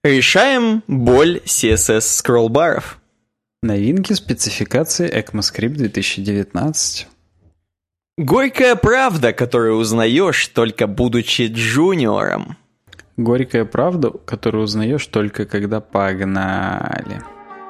Решаем боль CSS скроллбаров. Новинки спецификации ECMAScript 2019. Горькая правда, которую узнаешь, только будучи джуниором. Горькая правда, которую узнаешь только когда погнали.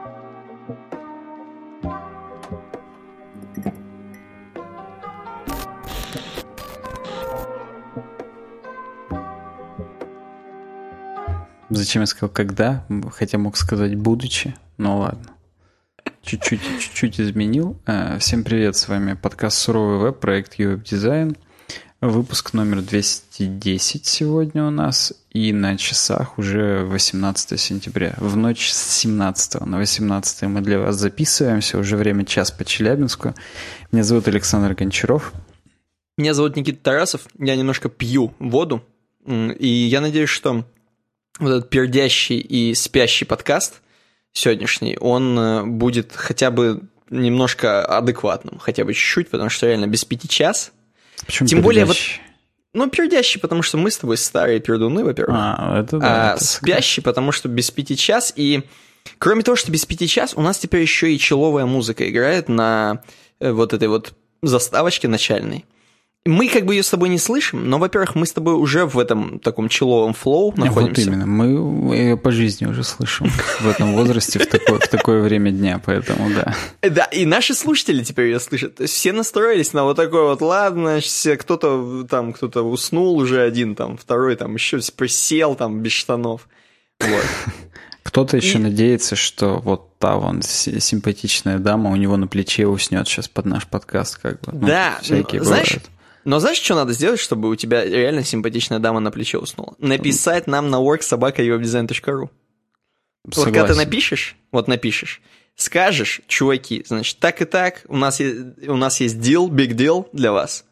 Зачем я сказал «когда», хотя мог сказать «будучи», но ладно. Чуть-чуть изменил. Всем привет, с вами подкаст «Суровый веб», проект UWeb Design. Выпуск номер 210 сегодня у нас, и на часах уже 18 сентября. В ночь с 17 на 18 мы для вас записываемся, уже время час по Челябинску. Меня зовут Александр Гончаров. Меня зовут Никита Тарасов, я немножко пью воду, и я надеюсь, что вот этот пердящий и спящий подкаст сегодняшний, он будет хотя бы немножко адекватным, хотя бы чуть-чуть, потому что реально без 5 час. Почему тем пердящий? Более вот, пердящий, потому что мы с тобой старые пердуны, во-первых. Это да. Это спящий, потому что без 5 час, и кроме того, что без 5 час, у нас теперь еще и человая музыка играет на вот этой вот заставочке начальной. Мы как бы ее с тобой не слышим, но, во-первых, мы с тобой уже в этом таком человом флоу находимся. Вот именно, мы ее по жизни уже слышим в этом возрасте, в такое время дня, поэтому да. Да, и наши слушатели теперь ее слышат. То есть все настроились на вот такой вот, ладно, кто-то уснул уже один, там, второй там еще присел там без штанов. Вот. Кто-то еще надеется, что вот та вон симпатичная дама у него на плече уснет сейчас под наш подкаст, как бы. Да, всякие знаешь, бывают. Но знаешь, что надо сделать, чтобы у тебя реально симпатичная дама на плече уснула? Написать нам на worksobaka.uwebdesign.ru. Вот когда ты напишешь, скажешь, чуваки, значит, так и так, у нас есть deal, big deal для вас,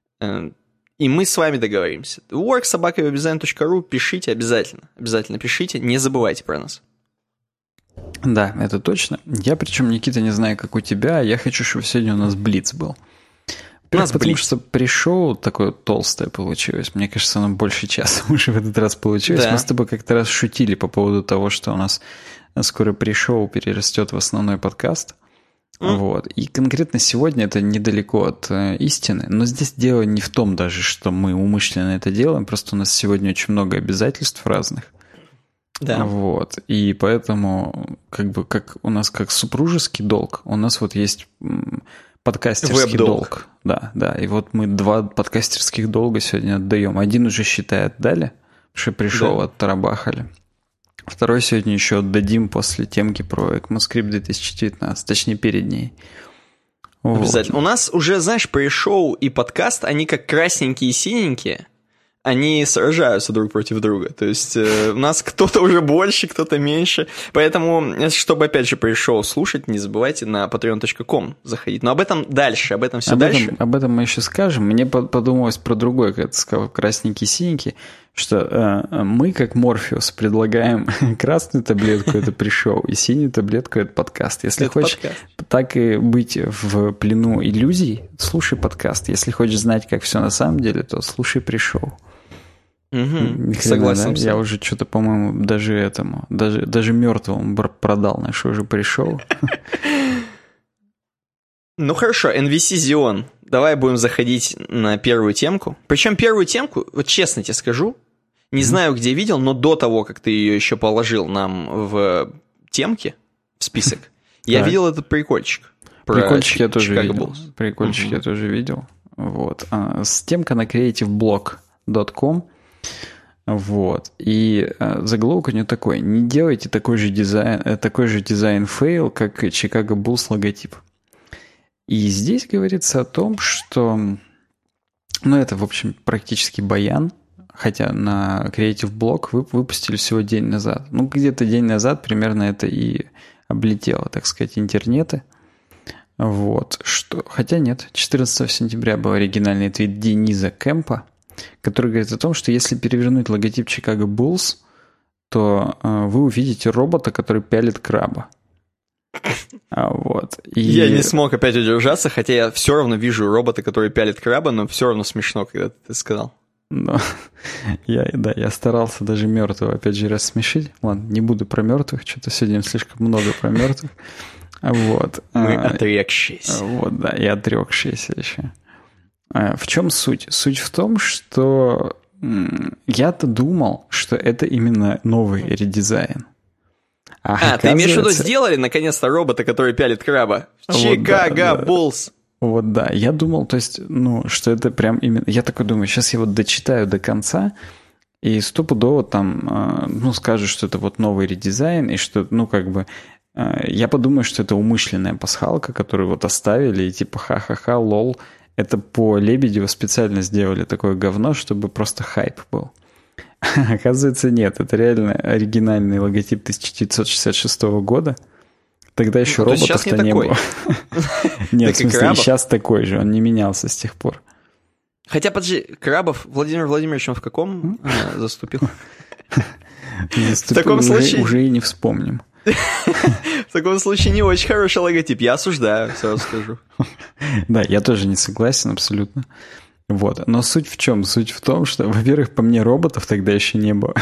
и мы с вами договоримся. worksobaka.uwebdesign.ru, пишите обязательно пишите, не забывайте про нас. Да, это точно. Я, причем, Никита, не знаю, как у тебя, я хочу, чтобы сегодня у нас блиц был. Потому что пришел такое толстое получилось. Мне кажется, оно больше часа уже в этот раз получилось. Да. Мы с тобой как-то раз шутили по поводу того, что у нас скоро пришел перерастет в основной подкаст. Вот. И конкретно сегодня это недалеко от истины. Но здесь дело не в том даже, что мы умышленно это делаем. Просто у нас сегодня очень много обязательств разных. Да. Вот. И поэтому как у нас как супружеский долг, у нас вот есть подкастерский долг. Да. И вот мы 2 подкастерских долга сегодня отдаем. Один уже, считай, отдали, потому что пришел, оттарабахали. Второй сегодня еще отдадим после темки про ECMAScript 2019, точнее, перед ней. Обязательно. Вот. У нас уже, знаешь, пришел и подкаст, они как красненькие и синенькие, они сражаются друг против друга. То есть у нас кто-то уже больше, кто-то меньше. Поэтому, чтобы, опять же, пришел слушать, не забывайте на patreon.com заходить. Но об этом дальше, об этом дальше. Об этом мы еще скажем. Мне подумалось про другое, когда ты сказал красненький-синенький, что мы, как Морфеус, предлагаем красную таблетку, это пришел, и синюю таблетку, это подкаст. Если хочешь так и быть в плену иллюзий, слушай подкаст. Если хочешь знать, как все на самом деле, то слушай пришел. Согласен. Да? Я уже что-то, по-моему, даже мертвому продал, на что уже пришел. Ну хорошо, NVC Xeon. Давай будем заходить на первую темку. Причем первую темку, вот честно тебе скажу, не знаю, где видел, но до того, как ты ее еще положил нам в темки, в список, я видел этот прикольчик. Прикольчик я тоже видел. Вот. Темка на creativeblog.com. Вот. И заголовок у нее такой: не делайте такой же дизайн фейл, как Chicago Bulls логотип. И здесь говорится о том, что, это, в общем, практически баян, хотя на Creative Blog выпустили всего день назад. Где-то день назад примерно это и облетело, так сказать, интернеты. Вот. Хотя нет, 14 сентября был оригинальный твит Дениза Кэмпа, который говорит о том, что если перевернуть логотип Chicago Bulls, то вы увидите робота, который пялит краба. Вот. Я не смог опять удержаться, хотя я все равно вижу робота, который пялит краба, но все равно смешно, когда ты сказал. Но я старался даже мертвого, опять же, рассмешить. Ладно, не буду про мертвых, что-то сегодня слишком много про мертвых. Вот. Мы отрекшиеся. Вот, да, и отрекшиеся еще. В чем суть? Суть в том, что я-то думал, что это именно новый редизайн. Ты имеешь в виду, сделали наконец-то робота, который пялит краба? Чикаго Буллс. Вот да, я думал, то есть, что это прям именно... Я такой думаю, сейчас я вот дочитаю до конца, и стопудово там, скажут, что это вот новый редизайн, и что, я подумаю, что это умышленная пасхалка, которую вот оставили, и типа ха-ха-ха, лол, это по Лебедеву специально сделали такое говно, чтобы просто хайп был. Оказывается, нет, это реально оригинальный логотип 1966 года. Тогда еще роботов-то не было. Нет, в смысле, и сейчас такой же, он не менялся с тех пор. Хотя, подожди, Крабов Владимир Владимирович, он в каком заступил? В таком случае... Уже и не вспомним. В таком случае не очень хороший логотип. Я осуждаю, сразу скажу. Да, я тоже не согласен абсолютно. Вот. Но суть в чем? Суть в том, что, во-первых, по мне роботов тогда еще не было.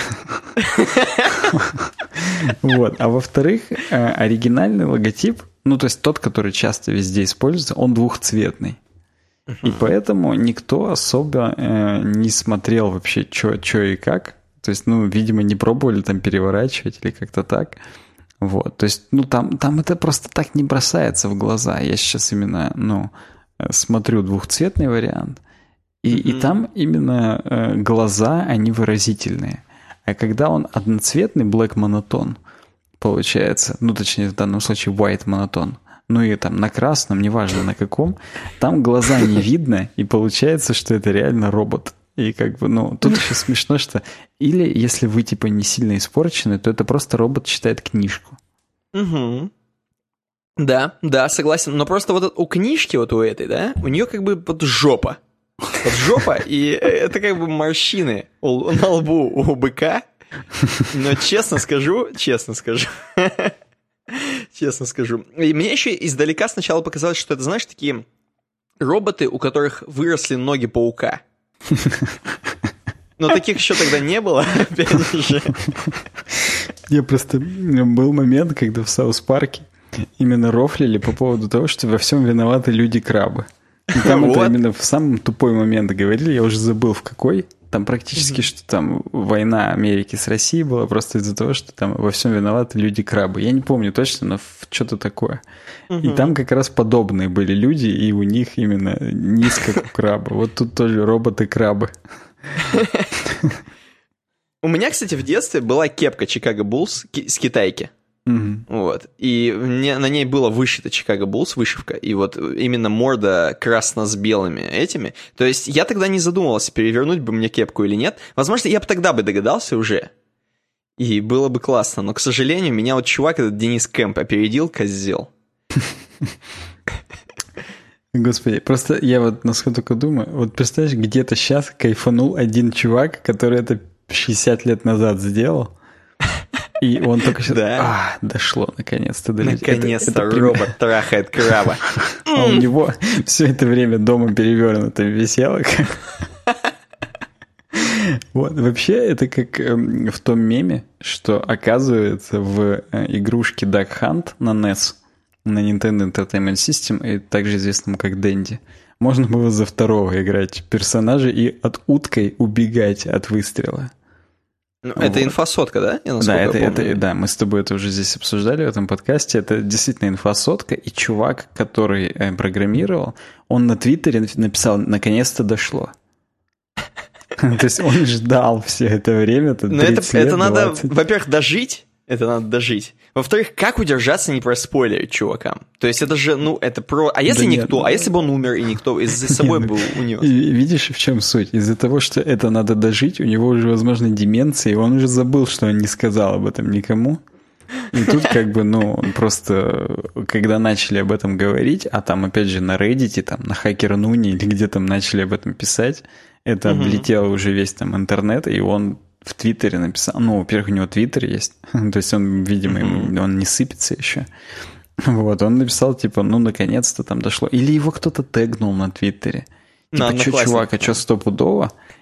Вот. А во-вторых, оригинальный логотип, то есть тот, который часто везде используется, он двухцветный. И поэтому никто особо не смотрел вообще, что и как. То есть, видимо, не пробовали там переворачивать или как-то так. Вот. То есть, там это просто так не бросается в глаза. Я сейчас именно, смотрю двухцветный вариант, и там именно глаза, они выразительные. А когда он одноцветный, black монотон, получается, точнее, в данном случае white монотон, и там на красном, неважно на каком, там глаза не видно, и получается, что это реально робот. И тут еще смешно, что или если вы типа не сильно испорчены, то это просто робот читает книжку. Угу. Да, согласен. Но просто вот у книжки, вот у этой, да, у нее как бы под жопа. Вот жопа, и это как бы морщины на лбу у быка. Но честно скажу, и мне еще издалека сначала показалось, что это, знаешь, такие роботы, у которых выросли ноги паука. Но таких еще тогда не было, опять же. Я просто... Был момент, когда в Саус-парке именно рофлили по поводу того, что во всем виноваты люди-крабы. И там это именно в самый тупой момент говорили, я уже забыл в какой. Там практически, что там война Америки с Россией была просто из-за того, что там во всем виноваты люди-крабы. Я не помню точно, но что-то такое. И там как раз подобные были люди, и у них именно низко как у краба. Вот тут тоже роботы-крабы. У меня, кстати, в детстве была кепка Chicago Bulls с китайки. Вот. И на ней было вышито Chicago Bulls, вышивка, и вот именно морда красно с белыми этими. То есть я тогда не задумывался, перевернуть бы мне кепку или нет. Возможно, я бы тогда догадался уже. И было бы классно. Но, к сожалению, меня вот чувак, этот Денис Кэмп, опередил, козел. Господи, просто я вот насколько только думаю, вот представляешь, где-то сейчас кайфанул один чувак, который это 60 лет назад сделал, и он только сейчас... дошло, наконец-то. Наконец-то робот трахает краба. А у него все это время дома перевернуто висело. Вот, вообще, это как в том меме, что оказывается в игрушке Duck Hunt на NES, на Nintendo Entertainment System, и также известном как Dendy, можно было за второго играть персонажа и от уткой убегать от выстрела. Это инфосотка, да? Да, мы с тобой это уже здесь обсуждали в этом подкасте. Это действительно инфосотка, и чувак, который программировал, он на Твиттере написал «наконец-то дошло». То есть он ждал все это время, 30 лет, это надо, во-первых, дожить. Это надо дожить. Во-вторых, как удержаться не проспойлерить чувакам? То есть это же, это про... А если никто? А если бы он умер, и никто из-за собой был унес? Видишь, в чем суть? Из-за того, что это надо дожить, у него уже, возможно, деменция, и он уже забыл, что он не сказал об этом никому. И тут просто, когда начали об этом говорить, а там, опять же, на Reddit, там, на HackerNoon или где там начали об этом писать, это облетело уже весь там интернет, и он в Твиттере написал, во-первых, у него Твиттер есть, то есть он, видимо, он не сыпется еще. Вот, он написал, типа, наконец-то там дошло. Или его кто-то тегнул на Твиттере. Типа, что, чувак, а что стопудово?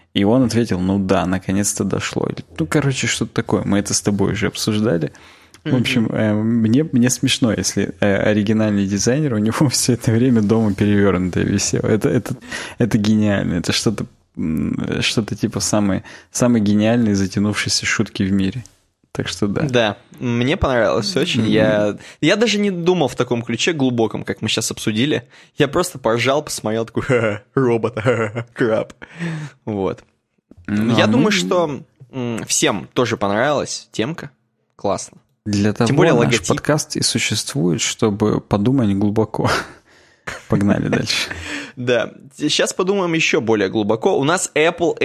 И он ответил, ну да, наконец-то дошло. Ну, короче, что-то такое. Мы это с тобой уже обсуждали. В общем, мне смешно, если оригинальный дизайнер, у него все это время дома перевернутое висело. Это гениально. Это что-то типа самой гениальной затянувшейся шутки в мире. Так что да. Да, мне понравилось очень. Я даже не думал в таком ключе глубоком, как мы сейчас обсудили. Я просто поржал, посмотрел, такой, ха-ха, робот, ха-ха, краб. Вот. Я думаю, что всем тоже понравилась темка. Классно. Для того более наш логотип. Подкаст и существует, чтобы подумать глубоко. Погнали дальше. Да, сейчас подумаем еще более глубоко. У нас Apple.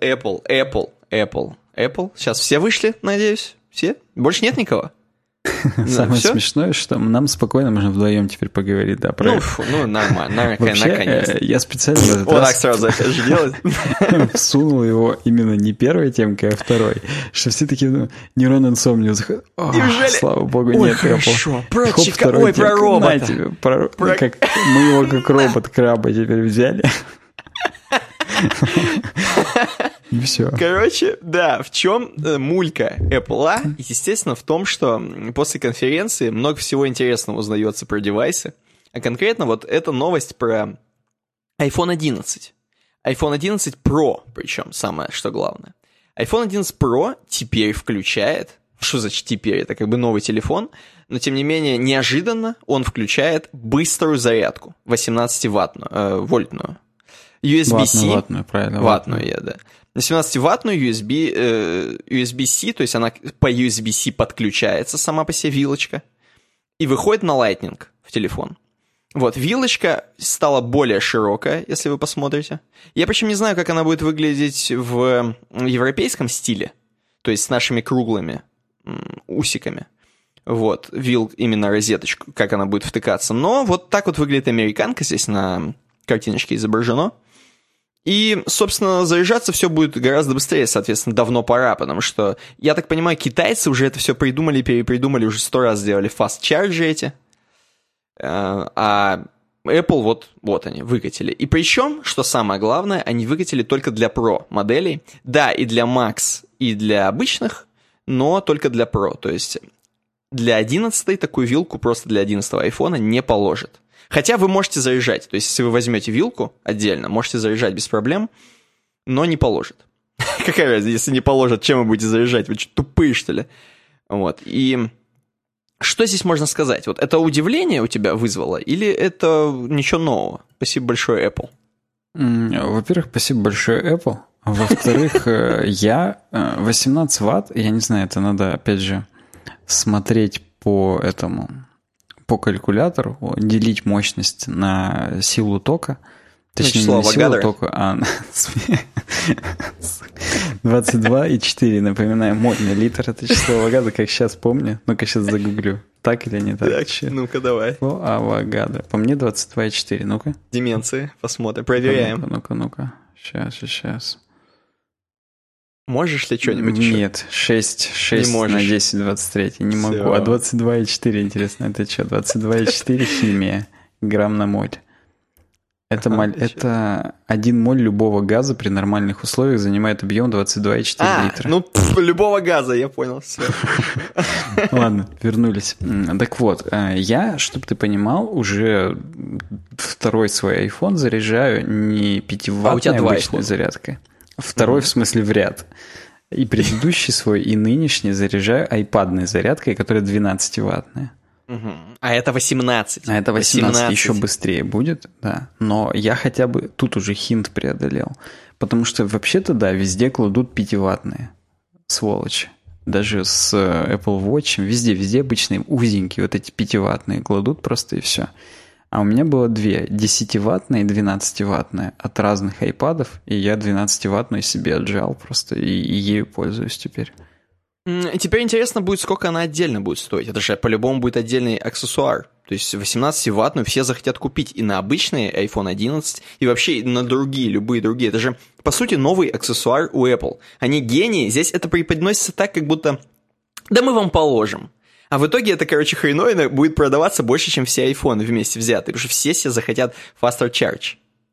Сейчас все вышли, надеюсь? Все? Больше нет никого? Самое смешное, что нам спокойно можно вдвоем теперь поговорить, да, про Ну, нормально, наконец-то. Я специально в этот раз... Вот так сразу опять же делать. Всунул его именно не первой темкой, а второй. Что все такие нейрон инсомнио заходят. Слава богу, нет. Хорошо, про робота. Мы его как робот-краба теперь взяли. И все. Короче, да, в чем мулька Apple? Естественно, в том, что после конференции много всего интересного узнается про девайсы. А конкретно вот эта новость про iPhone 11. iPhone 11 Pro, причем, самое что главное. iPhone 11 Pro теперь включает... Что значит теперь? Это как бы новый телефон. Но, тем не менее, неожиданно он включает быструю зарядку. 18-вольтную. USB-C. Ватную, правильно. Ватную, да. На 17-ваттную USB-C, то есть она по USB-C подключается сама по себе вилочка и выходит на Lightning в телефон. Вот, вилочка стала более широкая, если вы посмотрите. Я причем не знаю, как она будет выглядеть в европейском стиле, то есть с нашими круглыми усиками. Вот, именно розеточку, как она будет втыкаться. Но вот так вот выглядит американка, здесь на картиночке изображено. И, собственно, заряжаться все будет гораздо быстрее, соответственно, давно пора, потому что, я так понимаю, китайцы уже это все придумали, перепридумали, уже 100 раз сделали фаст-чарджи эти, а Apple вот они, выкатили. И причем, что самое главное, они выкатили только для Pro моделей, да, и для Max, и для обычных, но только для Pro, то есть для 11 такую вилку просто для 11 айфона не положат. Хотя вы можете заряжать, то есть если вы возьмете вилку отдельно, можете заряжать без проблем, но не положит. Какая разница, если не положит, чем вы будете заряжать? Вы что, тупые, что ли? Вот, и что здесь можно сказать? Вот это удивление у тебя вызвало или это ничего нового? Спасибо большое, Apple. Во-первых, спасибо большое, Apple. Во-вторых, я 18 ватт, я не знаю, это надо, опять же, смотреть по калькулятору, делить мощность на силу тока. Точнее, не силу тока, а 22,4. Напоминаю, модный литр — это число Авогадро, как сейчас помню. Ну-ка, сейчас загуглю. Так или не так? Так, ну-ка, давай. Число Авогадро. По мне 22,4. Ну-ка. Деменции. Посмотрим. Проверяем. Ну-ка. Сейчас. Можешь ли что-нибудь еще? Нет, 6 на 10, 23. Не могу. Все. А 22,4, интересно, это что? 22,4 химия. Грамм на моль. Это 1 моль любого газа при нормальных условиях занимает объем 22,4 литра. Ну, любого газа, я понял. Все. Ладно, вернулись. Так вот, я, чтобы ты понимал, уже второй свой iPhone заряжаю не 5-ваттной обычной зарядкой. Второй, в смысле, в ряд. И предыдущий свой, и нынешний заряжаю айпадной зарядкой, которая 12-ваттная. А это 18. А это 18 еще быстрее будет, да. Но я хотя бы тут уже хинт преодолел. Потому что вообще-то, да, везде кладут 5-ваттные. Сволочи. Даже с Apple Watch, везде обычные узенькие вот эти 5-ваттные кладут просто и все. А у меня было две, 10-ваттная и 12-ваттная от разных айпадов, и я 12-ваттную себе отжал просто, и ею пользуюсь теперь. Теперь интересно будет, сколько она отдельно будет стоить. Это же по-любому будет отдельный аксессуар. То есть 18-ваттную все захотят купить и на обычный iPhone 11, и вообще на другие, любые другие. Это же, по сути, новый аксессуар у Apple. Они гении, здесь это преподносится так, как будто «да мы вам положим». А в итоге это, короче, хреновина будет продаваться больше, чем все айфоны вместе взятые, потому что все себе захотят faster charge.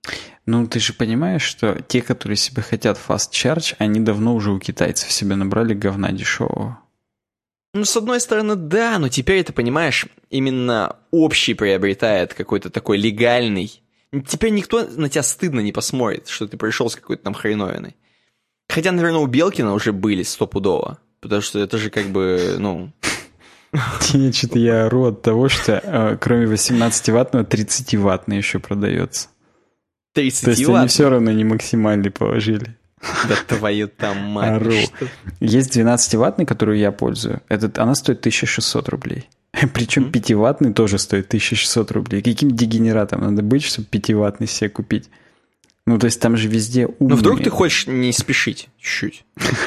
Ну, ты же понимаешь, что те, которые себе хотят fast charge, они давно уже у китайцев себе набрали говна дешевого. Ну, с одной стороны, да, но теперь, ты понимаешь, именно общий приобретает какой-то такой легальный. Теперь никто на тебя стыдно не посмотрит, что ты пришел с какой-то там хреновиной. Хотя, наверное, у Белкина уже были стопудово, потому что это же как бы, ну... Что-то я ору от того, что кроме 18-ваттного, 30-ваттный еще продается. 30 То есть они все равно не максимальный положили. Да твою там мать. Ору. Есть 12-ваттный, которую я пользую. Она стоит 1600 рублей. Причем 5-ваттный тоже стоит 1600 рублей. Каким дегенератом надо быть, чтобы 5-ваттный себе купить? Ну, то есть там же везде умные. Ну, вдруг ты хочешь не спешить чуть-чуть.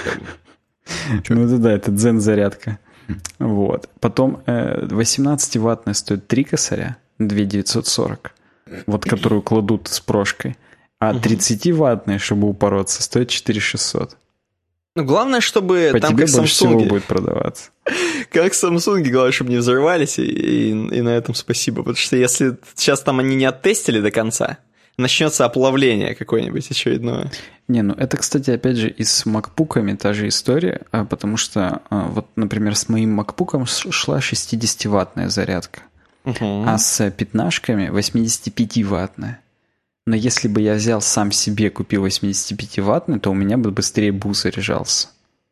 Ну, это да, это дзен-зарядка. Вот. Потом 18-ваттная стоит 3 косаря, 2940. Вот которую кладут с прошкой. А 30-ваттная, чтобы упороться, стоит 4600. Ну, главное, чтобы по там тебе как больше всего Samsung будет продаваться. Как Samsung, главное, чтобы не взорвались, и на этом спасибо. Потому что если сейчас там они не оттестили до конца, начнется оплавление какое-нибудь очередное. Не, ну это, кстати, опять же, и с макбуками та же история, потому что, вот, например, с моим макбуком шла 60-ваттная зарядка, а с пятнашками 85-ваттная. Но если бы я взял сам себе, купил 85-ваттный, то у меня бы быстрее бус заряжался.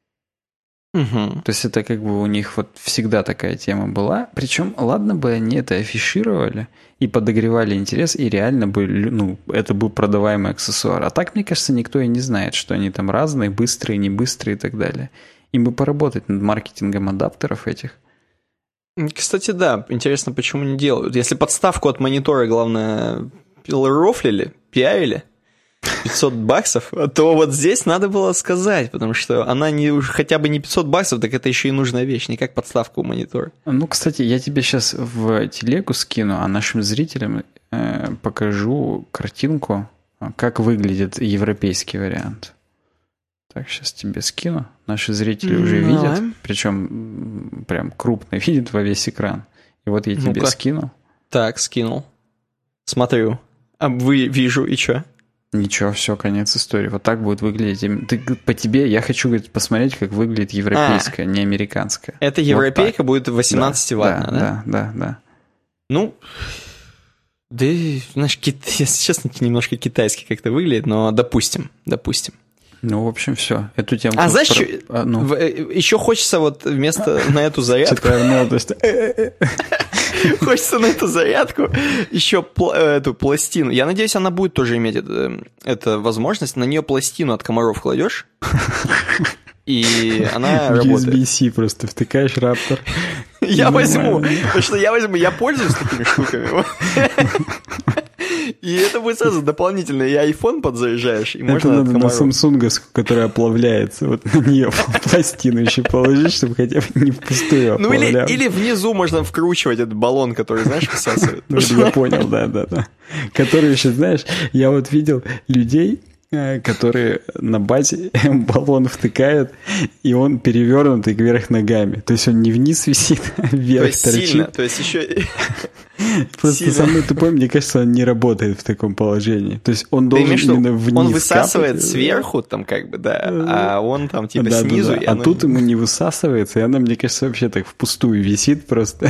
То есть это как бы у них вот всегда такая тема была. Причем, ладно бы они это афишировали и подогревали интерес, и реально бы, ну, это был продаваемый аксессуар. А так, мне кажется, никто и не знает, что они там разные, быстрые, не быстрые и так далее. Им бы поработать над маркетингом адаптеров этих. Кстати, да, интересно, почему не делают. Если подставку от монитора, главное, рофлили, пиарили, $500, то вот здесь надо было сказать, потому что она хотя бы не $500, так это еще и нужная вещь, не как подставка у монитора. Ну, кстати, я тебе сейчас в телегу скину, а нашим зрителям покажу картинку, как выглядит европейский вариант. Так, сейчас тебе скину. Наши зрители уже видят, причем прям крупно видят во весь экран. И вот я тебе скину. Так, скинул. Смотрю. Вижу, и что? Ничего, все, конец истории. Вот так будет выглядеть. По тебе я хочу, говорит, посмотреть, как выглядит европейская, не американская. Это европейка вот будет 18-ваттная, да? Да. Ну, да, знаешь, если честно, немножко китайский как-то выглядит, но допустим. Ну, в общем, все. Эту тему... знаешь, еще хочется вот вместо на эту зарядку... Хочется на эту зарядку еще эту пластину. Я надеюсь, она будет тоже иметь эту возможность. На нее пластину от комаров кладешь, и она работает. USB-C просто втыкаешь Раптор. Я возьму, потому что я пользуюсь такими штуками. И это будет сразу дополнительно. И iPhone подзаряжаешь, и можно это надо на Samsung, которая оплавляется. Вот на нее пластину еще положить, чтобы хотя бы не впустую оплавлял. Ну или внизу можно вкручивать этот баллон, который, знаешь, всасывает. Ну, я понял, да. Который еще, знаешь, я вот видел людей, которые на базе баллон втыкают, и он перевернутый кверх ногами. То есть он не вниз висит, а вверх торчит. Сильно, то есть еще... Просто самый тупой, мне кажется, он не работает в таком положении. То есть он должен именно вниз. Он высасывает сверху, там как бы, да, а он там типа снизу. А тут ему не высасывается, и она, мне кажется, вообще так впустую висит просто.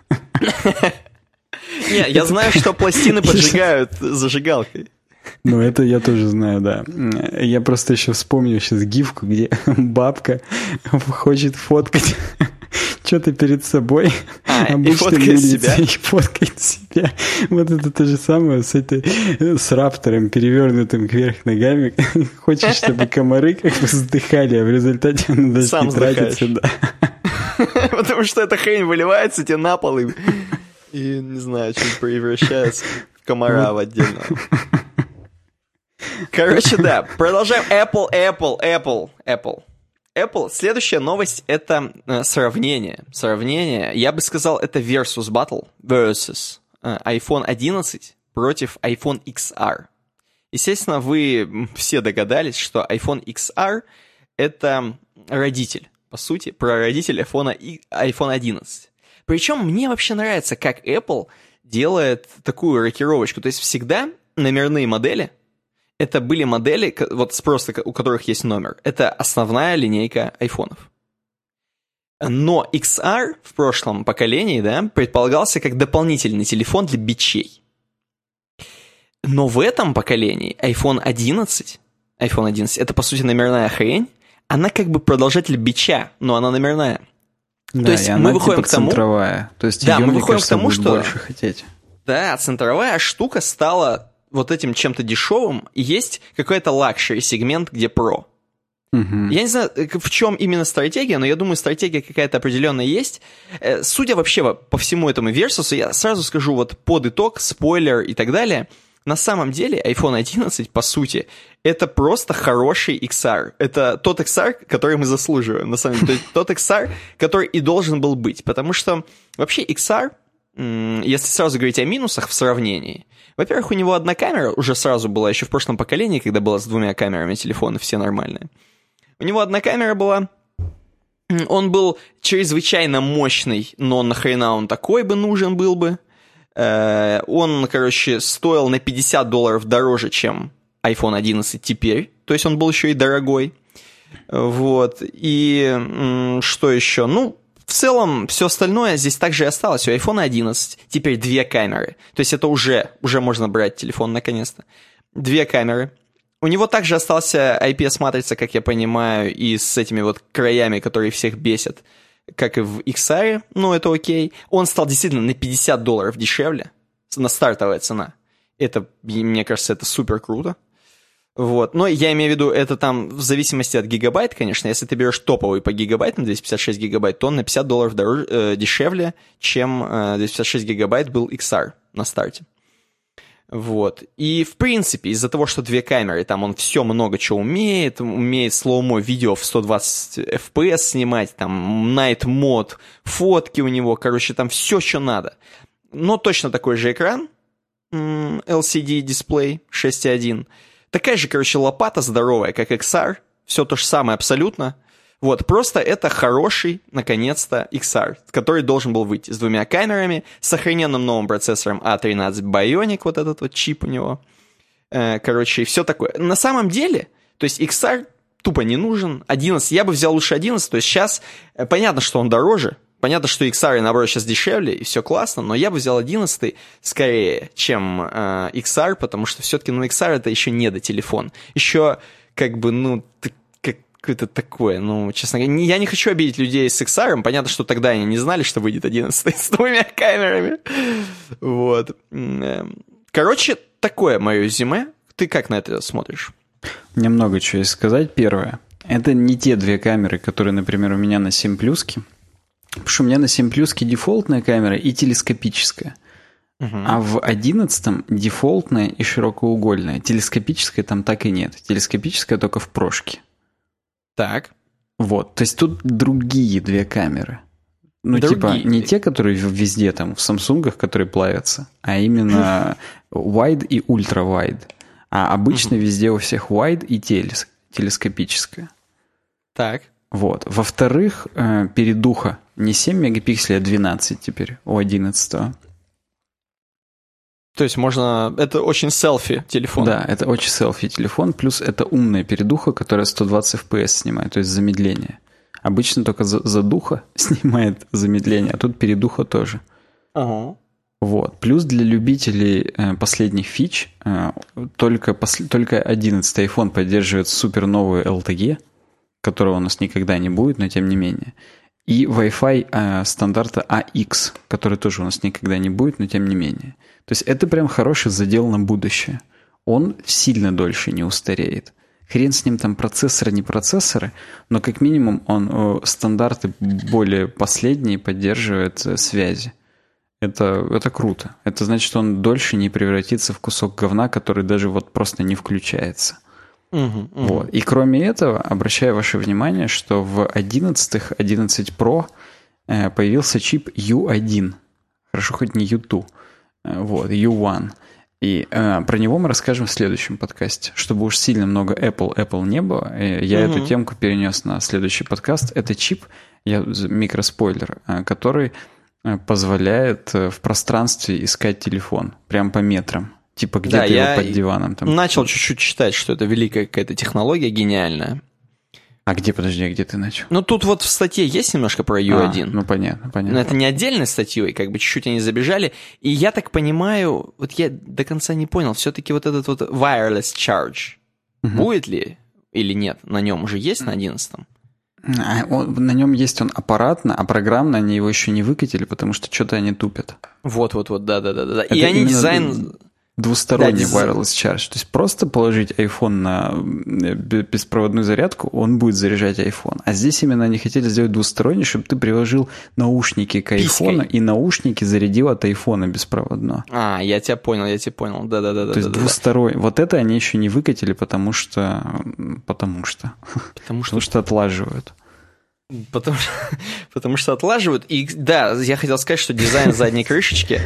Не, я знаю, что пластины поджигают зажигалкой. Ну, это я тоже знаю, да. Я просто еще вспомнил сейчас гифку, где бабка хочет фоткать что-то перед собой. И фоткает себя. И фоткает себя. Вот это то же самое с Раптором, перевернутым кверх ногами. Хочет, чтобы комары как бы вздыхали, а в результате он даже не тратится. Да. Потому что эта хрень выливается тебе на пол и не знаю, что-то превращается в комара в отдельного. Короче, да, продолжаем. Apple. Следующая новость — это сравнение. Я бы сказал, это versus battle. Versus iPhone 11 против iPhone XR. Естественно, вы все догадались, что iPhone XR — это родитель, по сути, прародитель iPhone 11. Причем мне вообще нравится, как Apple делает такую рокировочку. То есть всегда номерные модели это были модели, вот просто у которых есть номер. Это основная линейка айфонов. Но XR в прошлом поколении, да, предполагался как дополнительный телефон для бичей. Но в этом поколении iPhone 11 это, по сути, номерная хрень, она как бы продолжатель бича, но она номерная. Да, то есть мы выходим к тому... центровая. То есть да, ее, мы выходим к тому, что... больше хотеть. Да, центровая штука стала вот этим чем-то дешевым, и есть какой-то лакшери-сегмент, где Pro. Я не знаю, в чем именно стратегия, но я думаю, стратегия какая-то определенная есть. Судя вообще по всему этому Versus, я сразу скажу вот под итог, спойлер и так далее, на самом деле iPhone 11, по сути, это просто хороший XR. Это тот XR, который мы заслуживаем, на самом деле. То есть тот XR, который и должен был быть. Потому что вообще XR, если сразу говорить о минусах в сравнении, во-первых, у него одна камера уже сразу была, еще в прошлом поколении, когда было с 2 камерами телефоны, все нормальные. У него одна камера была, он был чрезвычайно мощный, но нахрена он такой бы нужен был бы. Он, короче, стоил на $50 дороже, чем iPhone 11 теперь. То есть он был еще и дорогой. Вот. И что еще? Ну, в целом, все остальное здесь также и осталось. У iPhone 11 теперь 2 камеры. То есть это уже можно брать телефон наконец-то. 2 камеры. У него также остался IPS-матрица, как я понимаю, и с этими вот краями, которые всех бесят, как и в XR, ну, это окей. Он стал действительно на $50 дешевле, на стартовая цена. Это, мне кажется, это супер круто. Вот. Но я имею в виду, это там в зависимости от гигабайт, конечно. Если ты берешь топовый по гигабайтам, 256 гигабайт, то он на $50 дешевле, чем 256 гигабайт был XR на старте. Вот. И, в принципе, из-за того, что 2 камеры, там он все много чего умеет слоумо видео в 120 FPS снимать, там Night Mode, фотки у него, короче, там все, что надо. Но точно такой же экран, LCD-дисплей 6.1. Такая же, короче, лопата здоровая, как XR, все то же самое абсолютно. Вот, просто это хороший, наконец-то, XR, который должен был выйти с 2 камерами, с сохраненным новым процессором A13 Bionic, вот этот вот чип у него. Короче, и все такое. На самом деле, то есть XR тупо не нужен. 11, я бы взял лучше 11, то есть сейчас понятно, что он дороже, понятно, что XR, наоборот, сейчас дешевле, и все классно, но я бы взял 11 скорее, чем XR, потому что все-таки, ну, XR это еще не до телефон. Еще, как бы, ну, какое-то такое, ну, честно говоря, я не хочу обидеть людей с XR, понятно, что тогда они не знали, что выйдет 11 с 2 камерами, вот. Короче, такое мое резюме. Ты как на это смотришь? Мне много чего есть сказать. Первое, это не те 2 камеры, которые, например, у меня на 7 плюске, потому что у меня на 7 плюске дефолтная камера и телескопическая. А в 11 дефолтная и широкоугольная. Телескопическая там так и нет. Телескопическая только в прошке. Так. Вот, то есть тут другие 2 камеры. Ну, другие. Типа, не те, которые везде там, в Самсунгах, которые плавятся, а именно wide и ultra-wide. А обычно везде у всех wide и телескопическая. Так. Вот. Во-вторых, передуха не 7 мегапикселей, а 12 теперь у 11. То есть можно... Это очень селфи телефон. Да, это очень селфи телефон, плюс это умная передуха, которая 120 FPS снимает, то есть замедление. Обычно только задуха снимает замедление, а тут передуха тоже. Ага. Вот. Плюс для любителей последних фич только 11 iPhone поддерживает супер новую LTE, которого у нас никогда не будет, но тем не менее. И Wi-Fi стандарта AX, который тоже у нас никогда не будет, но тем не менее. То есть это прям хороший задел на будущее. Он сильно дольше не устареет. Хрен с ним там процессоры, не процессоры, но как минимум он стандарты более последние поддерживает связи. Это круто. Это значит, что он дольше не превратится в кусок говна, который даже вот просто не включается. Вот. И кроме этого, обращаю ваше внимание, что в 11 Pro появился чип U1. Хорошо, хоть не U2. Вот, U1. И про него мы расскажем в следующем подкасте. Чтобы уж сильно много Apple не было, я эту темку перенес на следующий подкаст. Это чип, микроспойлер, который позволяет в пространстве искать телефон. Прям по метрам. Типа где-то его под диваном. Там. Начал чуть-чуть читать, что это великая какая-то технология, гениальная. А где, подожди, где ты начал? Ну, тут вот в статье есть немножко про U1. Ну, понятно. Но это не отдельной статьей, как бы чуть-чуть они забежали. И я так понимаю, вот я до конца не понял, все-таки вот этот вот wireless charge будет ли или нет? На нем уже есть на 11-м? На нем есть он аппаратно, а программно они его еще не выкатили, потому что что-то они тупят. Вот, да. И они дизайн... Двусторонний wireless charge. То есть просто положить iPhone на беспроводную зарядку, он будет заряжать iPhone. А здесь именно они хотели сделать двусторонний, чтобы ты приложил наушники к iPhone и наушники зарядил от iPhone беспроводно. Я тебя понял. Да. То есть двусторонний. Вот это они еще не выкатили, потому что отлаживают. Потому что отлаживают. И да, я хотел сказать, что дизайн задней крышечки...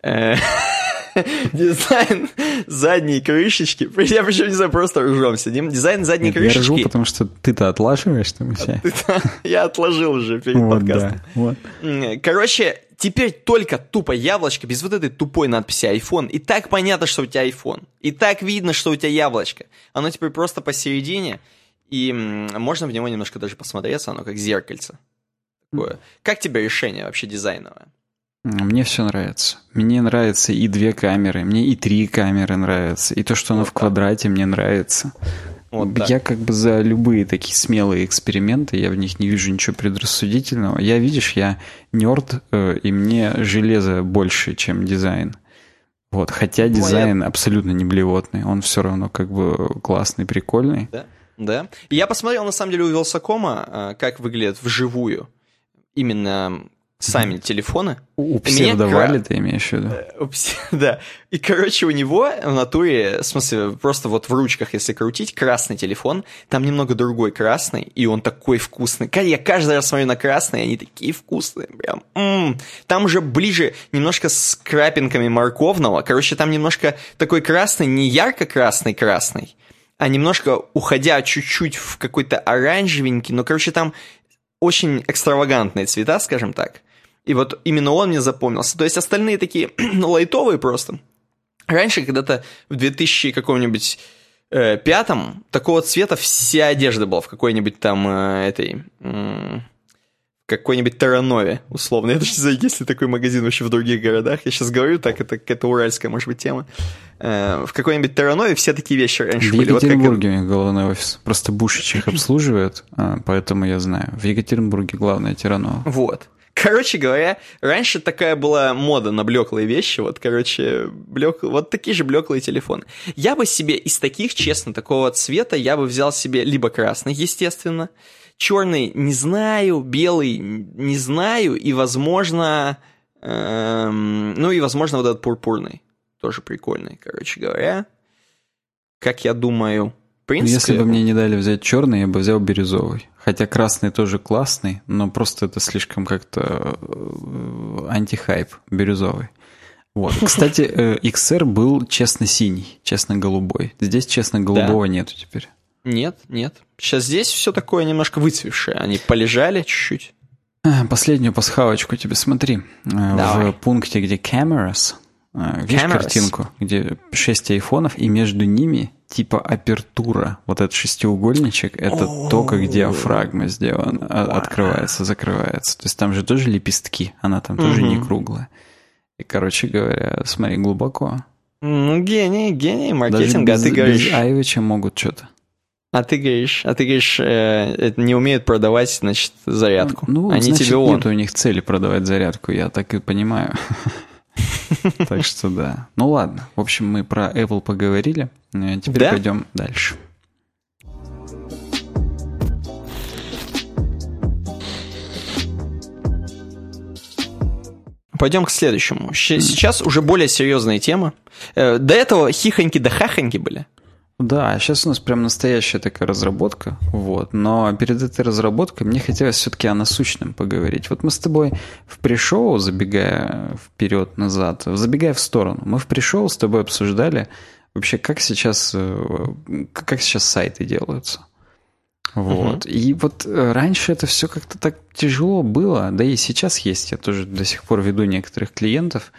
Дизайн задней крышечки. Я причем не знаю, просто ржемся. Дизайн задней крышечки. Я ржу, потому что ты-то отлаживаешь там все. Я отложил уже перед подкастом. Вот. Короче, теперь только тупо яблочко, без вот этой тупой надписи iPhone. И так понятно, что у тебя iPhone. И так видно, что у тебя яблочко. Оно теперь просто посередине. И можно в него немножко даже посмотреться. Оно как зеркальце. Такое. Как тебе решение вообще дизайновое? Мне все нравится. Мне нравятся и 2 камеры, мне и 3 камеры нравятся, и то, что оно в квадрате, мне нравится. Я как бы за любые такие смелые эксперименты, я в них не вижу ничего предрассудительного. Я нерд, и мне железо больше, чем дизайн. Вот, хотя дизайн абсолютно не блевотный, он все равно как бы классный, прикольный. Да. И я посмотрел, на самом деле, у Вилсакома, как выглядят вживую именно... сами телефоны. У псевдовали ты имеешь в виду? Да. И, короче, у него в натуре, в смысле, просто вот в ручках, если крутить, красный телефон, там немного другой красный, и он такой вкусный. Я каждый раз смотрю на красный, они такие вкусные. Прям. Там уже ближе немножко с крапинками морковного. Короче, там немножко такой красный, не ярко-красный, а немножко уходя чуть-чуть в какой-то оранжевенький. Но, короче, там очень экстравагантные цвета, скажем так. И вот именно он мне запомнился. То есть остальные такие лайтовые просто. Раньше, когда-то в 2005-м такого цвета вся одежда была в какой-нибудь там какой-нибудь Таранове, условно. Я даже не знаю, есть ли такой магазин вообще в других городах. Я сейчас говорю так, это какая-то уральская, может быть, тема. В какой-нибудь Таранове все такие вещи раньше были. В Екатеринбурге у них головной офис. Просто Бушич их обслуживает, поэтому я знаю. В Екатеринбурге главное Таранова. Вот. Короче говоря, раньше такая была мода на блеклые вещи, вот такие же блеклые телефоны. Я бы себе из таких, честно, такого цвета, я бы взял себе либо красный, естественно, черный не знаю, белый не знаю, и, возможно, вот этот пурпурный, тоже прикольный, короче говоря. Как я думаю... Если бы мне не дали взять черный, я бы взял бирюзовый. Хотя красный тоже классный, но просто это слишком как-то антихайп, бирюзовый. Вот. Кстати, XR был честно-синий, честно-голубой. Здесь честно-голубого нету теперь. Нет. Сейчас здесь все такое немножко выцвевшее. Они полежали чуть-чуть. Последнюю пасхалочку тебе смотри. Давай. В пункте, где cameras, видишь картинку, где 6 айфонов, и между ними типа апертура. Вот этот шестиугольничек, это то, как диафрагма сделана. Открывается, закрывается. То есть там же тоже лепестки, она там тоже не круглая. И, короче говоря, смотри, глубоко. Гений маркетинга, даже а ты говоришь... без Айвича могут что-то. А ты говоришь, не умеют продавать, значит, зарядку. Они значит, тебе нет у них цели продавать зарядку, я так и понимаю. Так что да. Ну ладно. В общем, мы про Apple поговорили. Теперь пойдем дальше. Пойдем к следующему. Сейчас уже более серьезная тема. До этого хихоньки да хахоньки были. Да, сейчас у нас прям настоящая такая разработка, вот. Но перед этой разработкой мне хотелось все-таки о насущном поговорить. Вот мы с тобой в пришоу, забегая вперед-назад, забегая в сторону, мы в пришоу с тобой обсуждали вообще, как сейчас сайты делаются. Вот. И вот раньше это все как-то так тяжело было, да и сейчас есть, я тоже до сих пор веду некоторых клиентов.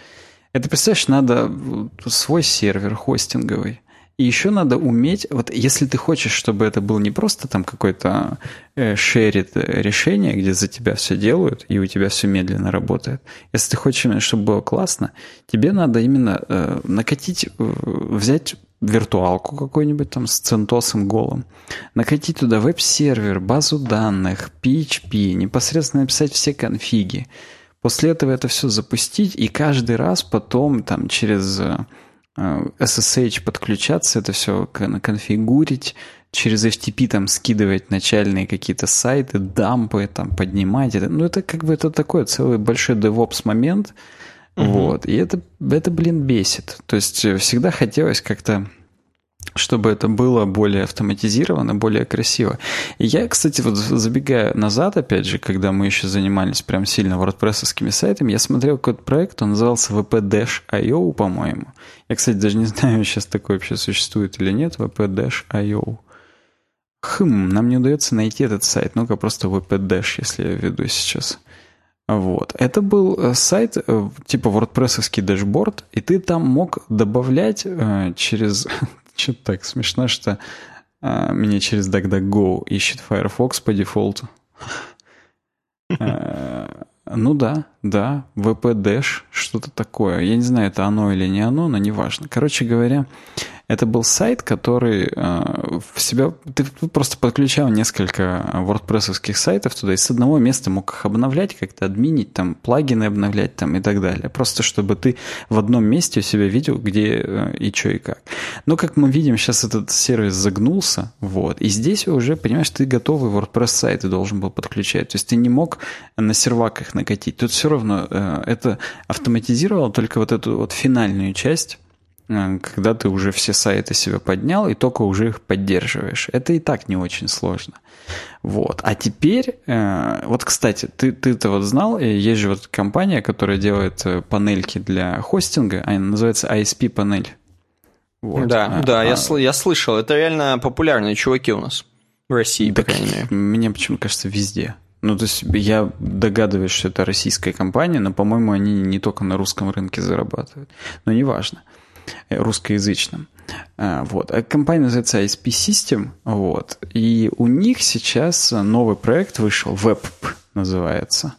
Это, представляешь, надо свой сервер хостинговый. И еще надо уметь, вот если ты хочешь, чтобы это был не просто там какой-то шерит решение, где за тебя все делают, и у тебя все медленно работает. Если ты хочешь именно, чтобы было классно, тебе надо именно накатить, взять виртуалку какую-нибудь там с центосом голым, накатить туда веб-сервер, базу данных, PHP, непосредственно написать все конфиги. После этого это все запустить, и каждый раз потом там через SSH подключаться, это все конфигурить, через FTP там скидывать начальные какие-то сайты, дампы, там поднимать. Это как бы это такой целый большой DevOps момент. Вот. И это, блин, бесит. То есть всегда хотелось как-то, чтобы это было более автоматизировано, более красиво. И я, кстати, вот забегая назад, опять же, когда мы еще занимались прям сильно WordPress-овскими сайтами, я смотрел какой-то проект, он назывался WP-IO, по-моему. Я, кстати, даже не знаю, сейчас такое вообще существует или нет, WP-IO. Нам не удается найти этот сайт. Ну-ка, просто WP-, если я веду сейчас. Вот. Это был сайт, типа WordPress-овский дашборд, и ты там мог добавлять через... Что-то так смешно, что меня через DuckDuckGo ищет Firefox по дефолту. Ну да, VP-Dash, что-то такое. Я не знаю, это оно или не оно, но неважно. Короче говоря, это был сайт, который в себя... Ты просто подключал несколько WordPress-овских сайтов туда, и с одного места мог их обновлять, как-то админить, там, плагины обновлять там, и так далее. Просто чтобы ты в одном месте у себя видел, где и что, и как. Но, как мы видим, сейчас этот сервис загнулся, вот. И здесь уже, понимаешь, ты готовый WordPress-сайты должен был подключать. То есть ты не мог на серваках накатить. Тут все равно это автоматизировало только вот эту вот финальную часть, когда ты уже все сайты себе поднял и только уже их поддерживаешь. Это и так не очень сложно. Вот. А теперь, вот, кстати, ты-то вот знал, есть же вот компания, которая делает панельки для хостинга, она называется ISP-панель. Вот. Да, я слышал, это реально популярные чуваки у нас в России, по крайней мере. Мне почему-то кажется, везде. Ну, то есть я догадываюсь, что это российская компания, но, по-моему, они не только на русском рынке зарабатывают. Но неважно. Русскоязычном. Вот. А компания называется ISP System. Вот. И у них сейчас новый проект вышел, WebP называется.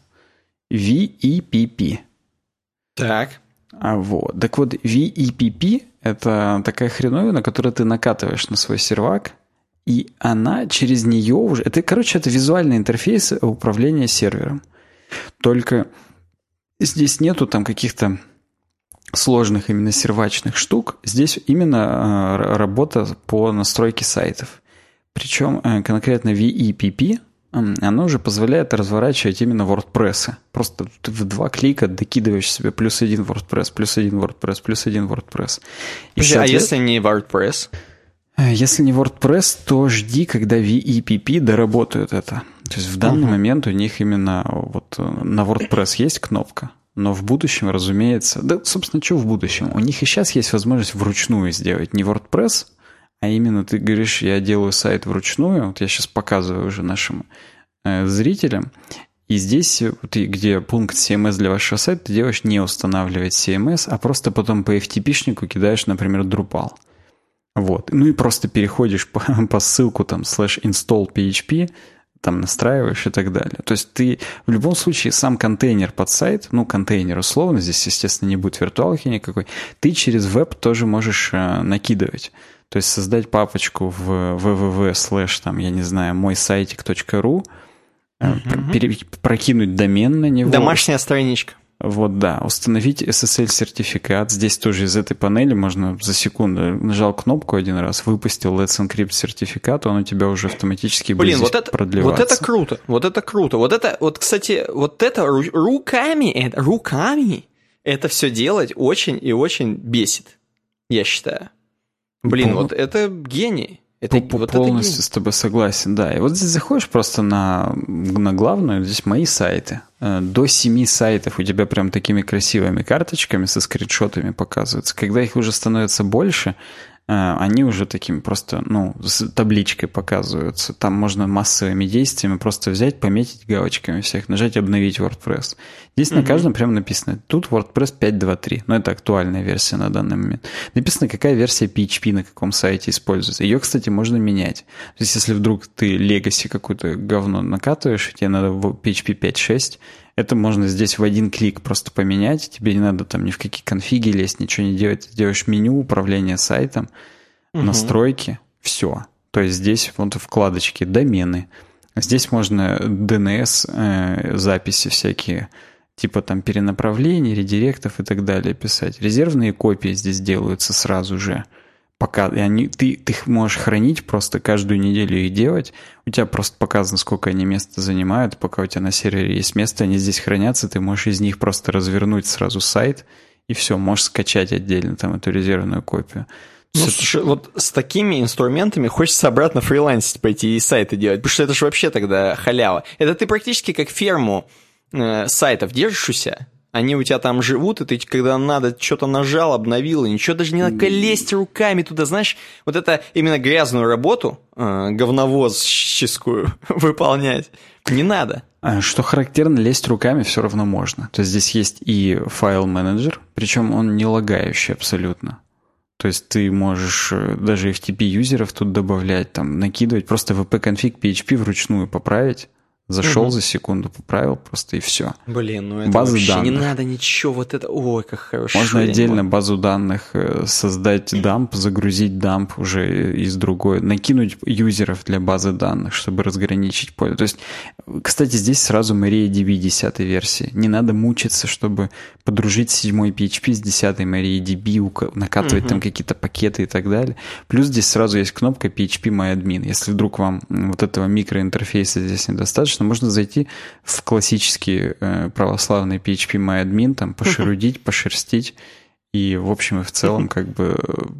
VEPP. Так. Вот. Так вот, VEPP — это такая хреновина, которую ты накатываешь на свой сервак, и она через нее уже... Это, короче, это визуальный интерфейс управления сервером. Только здесь нету там каких-то сложных именно сервачных штук. Здесь именно работа по настройке сайтов. Причем конкретно VEPP, оно уже позволяет разворачивать именно WordPress. Просто ты в 2 клика докидываешь себе +1 WordPress, +1 WordPress, +1 WordPress. А если не WordPress? Если не WordPress, то жди, когда VEPP доработают это. То есть в данный момент у них именно вот на WordPress есть кнопка, но в будущем, разумеется... Да, собственно, что в будущем? У них и сейчас есть возможность вручную сделать не WordPress, а именно ты говоришь, я делаю сайт вручную, вот я сейчас показываю уже нашим зрителям, и здесь, где пункт CMS для вашего сайта, ты делаешь не устанавливать CMS, а просто потом по FTP-шнику кидаешь, например, Drupal. Вот. Ну и просто переходишь по ссылку там /install PHP, там настраиваешь и так далее. То есть ты в любом случае сам контейнер под сайт, ну контейнер условно, здесь, естественно, не будет виртуалки никакой, ты через веб тоже можешь накидывать. То есть создать папочку в www/ там, я не знаю, мойсайтик.ру, прокинуть домен на него. Домашняя страничка. Вот, да. Установить SSL-сертификат. Здесь тоже из этой панели можно за секунду нажал кнопку один раз, выпустил Let's Encrypt сертификат, он у тебя уже автоматически будет продлеваться. Вот это круто. Вот это круто. Вот, кстати, вот это руками это все делать очень и очень бесит, я считаю. Вот это гений. Полностью с тобой согласен, да. И вот здесь заходишь просто на главную, здесь мои сайты. До 7 сайтов у тебя прям такими красивыми карточками со скриншотами показываются. Когда их уже становится больше, они уже такими просто, с табличкой показываются. Там можно массовыми действиями просто взять, пометить галочками всех, нажать «Обновить WordPress». Здесь на каждом прямо написано, тут WordPress 5.2.3, но это актуальная версия на данный момент. Написано, какая версия PHP на каком сайте используется. Ее, кстати, можно менять. То есть, если вдруг ты Legacy какое-то говно накатываешь, тебе надо в PHP 5.6, это можно здесь в один клик просто поменять. Тебе не надо там ни в какие конфиги лезть, ничего не делать. Ты делаешь меню, управление сайтом, настройки, все. То есть здесь вот вкладочки «Домены». Здесь можно DNS, записи всякие, типа там перенаправлений, редиректов и так далее писать. Резервные копии здесь делаются сразу же. Пока ты их можешь хранить, просто каждую неделю их делать. У тебя просто показано, сколько они места занимают. Пока у тебя на сервере есть место, они здесь хранятся, ты можешь из них просто развернуть сразу сайт, и все, можешь скачать отдельно там эту резервную копию. Слушай, вот с такими инструментами хочется обратно фрилансить, пойти и сайты делать, потому что это же вообще тогда халява. Это ты практически как ферму сайтов держишь у себя. Они у тебя там живут, и ты, когда надо, что-то нажал, обновил, и ничего даже не надо лезть руками туда, знаешь, вот это именно грязную работу, говновозческую выполнять не надо. Что характерно, лезть руками все равно можно. То есть здесь есть и файл-менеджер, причем он не лагающий абсолютно. То есть ты можешь даже FTP-юзеров тут добавлять, там, накидывать, просто wp-конфиг PHP вручную поправить. Зашел за секунду, поправил просто и все. Блин, это базы вообще данных. Не надо ничего вот это. Ой, как хорошо. Можно отдельно базу данных создать дамп, загрузить дамп уже из другой, накинуть юзеров для базы данных, чтобы разграничить поле. То есть, кстати, здесь сразу MariaDB 10 версии. Не надо мучиться, чтобы подружить 7 PHP с 10 MariaDB, накатывать там какие-то пакеты и так далее. Плюс здесь сразу есть кнопка PHP MyAdmin. Если вдруг вам вот этого микроинтерфейса здесь недостаточно, можно зайти в классический православный PHP MyAdmin, там пошерудить, пошерстить и в общем и в целом как бы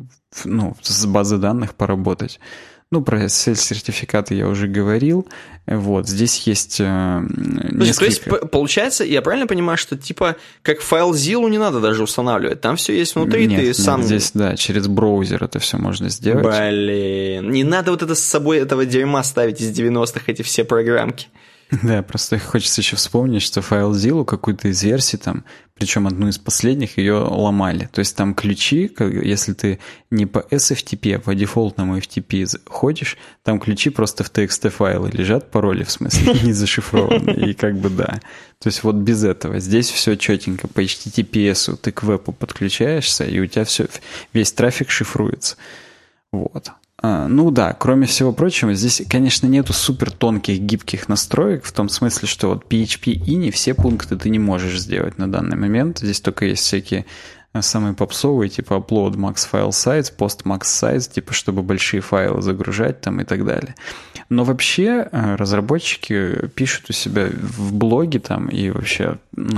с базой данных поработать. Про сертификаты я уже говорил. Вот, здесь есть несколько... То есть, получается, я правильно понимаю, что типа как FileZilla не надо даже устанавливать? Там все есть внутри, ты сам... здесь, да, через браузер это все можно сделать. Блин, не надо вот это с собой этого дерьма ставить из 90-х, эти все программки. Да, просто хочется еще вспомнить, что FileZilla какую-то из версий там, причем одну из последних, ее ломали. То есть там ключи, если ты не по SFTP, а по дефолтному FTP ходишь, там ключи просто в TXT-файлы лежат, пароли в смысле, не зашифрованы, и как бы да. То есть вот без этого. Здесь все четенько, по HTTPS ты к вебу подключаешься, и у тебя весь трафик шифруется. Вот. Да, кроме всего прочего, здесь, конечно, нету супер тонких, гибких настроек, в том смысле, что вот PHP ini все пункты ты не можешь сделать на данный момент. Здесь только есть всякие самые попсовые, типа upload max file size, post max size, типа чтобы большие файлы загружать там и так далее. Но вообще разработчики пишут у себя в блоге там и вообще,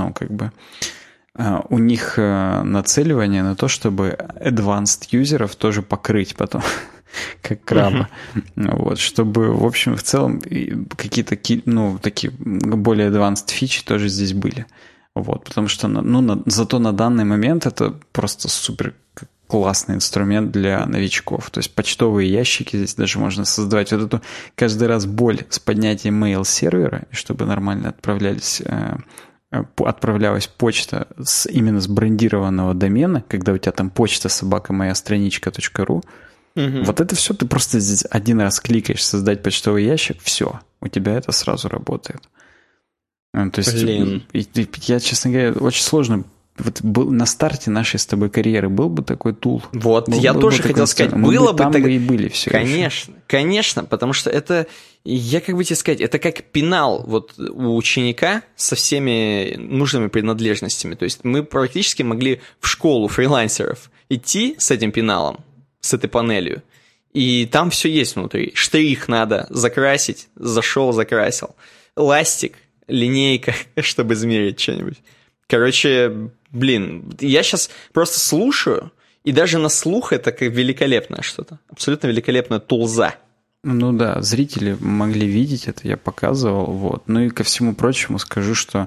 у них нацеливание на то, чтобы advanced юзеров тоже покрыть потом. Как краба. Вот, чтобы, в общем, в целом какие-то такие более advanced фичи тоже здесь были. Вот, потому что, зато на данный момент это просто супер классный инструмент для новичков. То есть почтовые ящики здесь даже можно создавать. Вот эту каждый раз боль с поднятием mail-сервера, чтобы нормально отправлялась почта именно с брендированного домена, когда у тебя там почта _моя_страничка.ру. Вот это все ты просто здесь один раз кликаешь «Создать почтовый ящик», все, у тебя это сразу работает. То есть, я, честно говоря, очень сложно. Вот на старте нашей с тобой карьеры был бы такой тул. Вот, я тоже хотел сказать, было бы там так... и были все. Конечно, потому что это, я как бы тебе сказать, это как пенал вот у ученика со всеми нужными принадлежностями. То есть мы практически могли в школу фрилансеров идти с этим пеналом, с этой панелью, и там все есть внутри. Штрих надо закрасить, зашел, закрасил. Ластик, линейка, чтобы измерить что-нибудь. Короче, я сейчас просто слушаю, и даже на слух это как великолепное что-то. Абсолютно великолепная тулза. Да, зрители могли видеть это, я показывал. Вот. И ко всему прочему скажу, что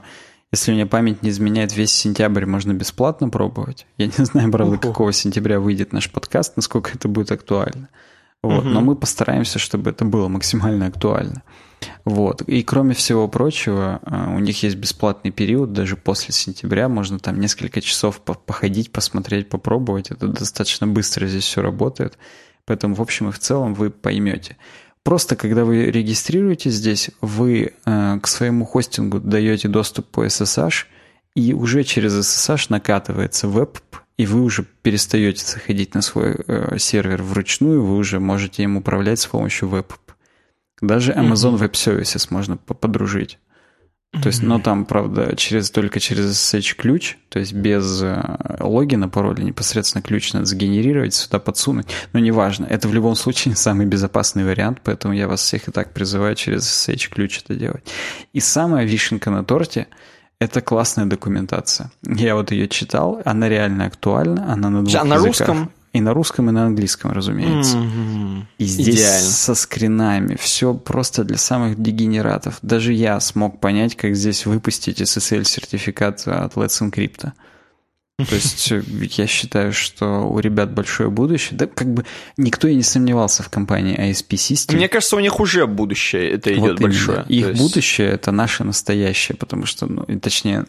Если у меня память не изменяет, весь сентябрь можно бесплатно пробовать. Я не знаю, правда, какого сентября выйдет наш подкаст, насколько это будет актуально. Вот. Но мы постараемся, чтобы это было максимально актуально. Вот. И кроме всего прочего, у них есть бесплатный период, даже после сентября. Можно там несколько часов походить, посмотреть, попробовать. Это достаточно быстро здесь все работает. Поэтому, в общем и в целом, вы поймете. Просто когда вы регистрируетесь здесь, вы к своему хостингу даете доступ по SSH, и уже через SSH накатывается веб, и вы уже перестаете заходить на свой сервер вручную, вы уже можете им управлять с помощью веб. Даже Amazon Web Services можно подружить. То есть, но там, правда, только через SSH-ключ, то есть без логина, пароля, непосредственно ключ надо сгенерировать, сюда подсунуть. Но неважно, это в любом случае самый безопасный вариант, поэтому я вас всех и так призываю через SSH-ключ это делать. И самая вишенка на торте – это классная документация. Я вот ее читал, она реально актуальна, она на двух языках. На русском? И на русском, и на английском, разумеется. И здесь идеально. Со скринами. Все просто для самых дегенератов. Даже я смог понять, как здесь выпустить SSL-сертификат от Let's Encrypt. То есть я считаю, что у ребят большое будущее. Да как бы никто и не сомневался в компании ISP System. Мне кажется, у них уже будущее это идет вот большое. Их будущее – это наше настоящее, потому что, точнее...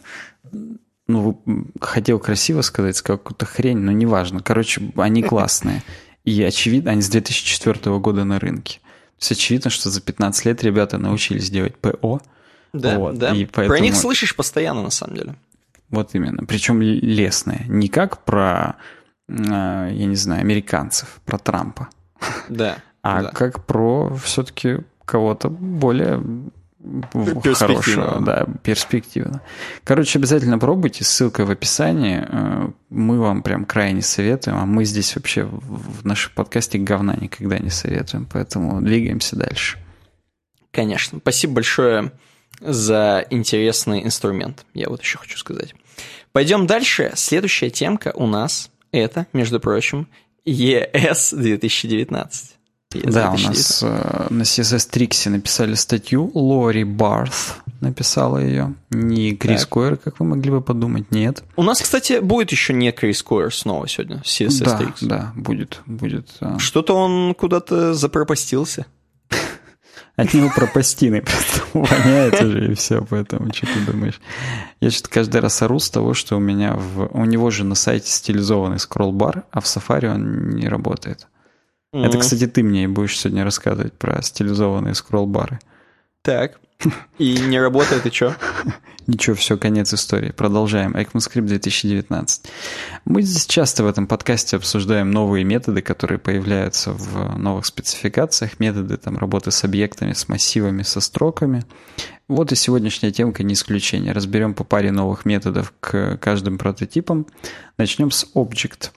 хотел красиво сказать какую-то хрень, но неважно. Короче, они классные. И очевидно, они с 2004 года на рынке. То есть очевидно, что за 15 лет ребята научились делать ПО. Да, вот. да. И поэтому... Про них слышишь постоянно, на самом деле. Вот именно. Причем лестные. Не как про, я не знаю, американцев, про Трампа. Да. Как про все-таки кого-то более... хорошего, да, перспективно. Короче, обязательно пробуйте, ссылка в описании. Мы вам прям крайне советуем, а мы здесь вообще в нашем подкасте говна никогда не советуем, поэтому двигаемся дальше. Конечно. Спасибо большое за интересный инструмент, я вот еще хочу сказать. Пойдем дальше. Следующая темка у нас это, между прочим, ES 2019. Да, у нас на CSS Tricks написали статью, Лори Барth написала ее, не Крис Койер, как вы могли бы подумать, нет. У нас, кстати, будет еще не Крис Койер снова сегодня, CSS Tricks. Да, будет. Что-то он куда-то запропастился. От него пропастины просто воняет уже, и все, поэтому что ты думаешь? Я что-то каждый раз ору с того, что у него же на сайте стилизованный скролл-бар, а в Safari он не работает. Это, кстати, ты мне будешь сегодня рассказывать про стилизованные скролл-бары. Так. И не работает, и что? Ничего, все, конец истории. Продолжаем. ECMAScript 2019. Мы здесь часто в этом подкасте обсуждаем новые методы, которые появляются в новых спецификациях. Методы там, работы с объектами, с массивами, со строками. Вот и сегодняшняя темка не исключение. Разберем по паре новых методов к каждым прототипам. Начнем с Object.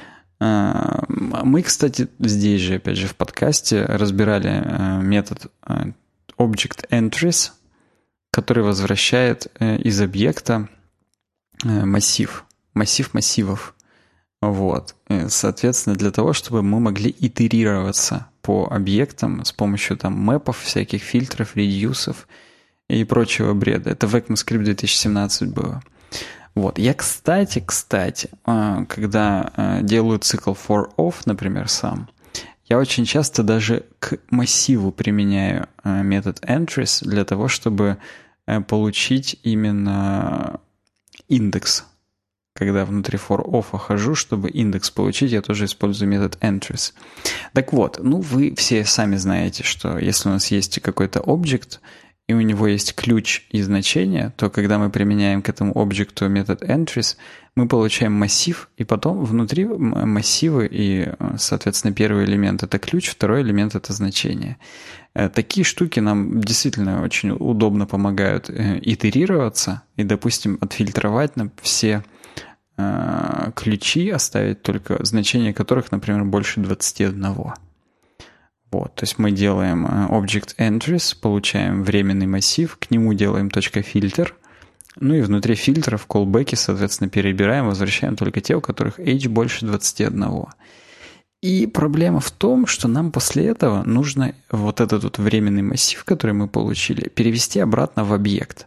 Мы, кстати, здесь же, опять же, в подкасте разбирали метод Object Entries, который возвращает из объекта массив массивов. Вот. Соответственно, для того, чтобы мы могли итерироваться по объектам с помощью там мэпов, всяких фильтров, редюсов и прочего бреда. Это в ECMAScript 2017 было. Вот. Я, кстати, когда делаю цикл for off, например, сам, я очень часто даже к массиву применяю метод entries для того, чтобы получить именно индекс. Когда внутри for off хожу, чтобы индекс получить, я тоже использую метод entries. Так вот, вы все сами знаете, что если у нас есть какой-то объект, и у него есть ключ и значение, то когда мы применяем к этому объекту метод entries, мы получаем массив, и потом внутри массивы и, соответственно, первый элемент – это ключ, второй элемент – это значение. Такие штуки нам действительно очень удобно помогают итерироваться и, допустим, отфильтровать на все ключи, оставить только значения которых, например, больше 21. Вот, то есть мы делаем Object Entries, получаем временный массив, к нему делаем .filter, и внутри фильтра в callback, соответственно, перебираем, возвращаем только те, у которых age больше 21. И проблема в том, что нам после этого нужно вот этот вот временный массив, который мы получили, перевести обратно в объект.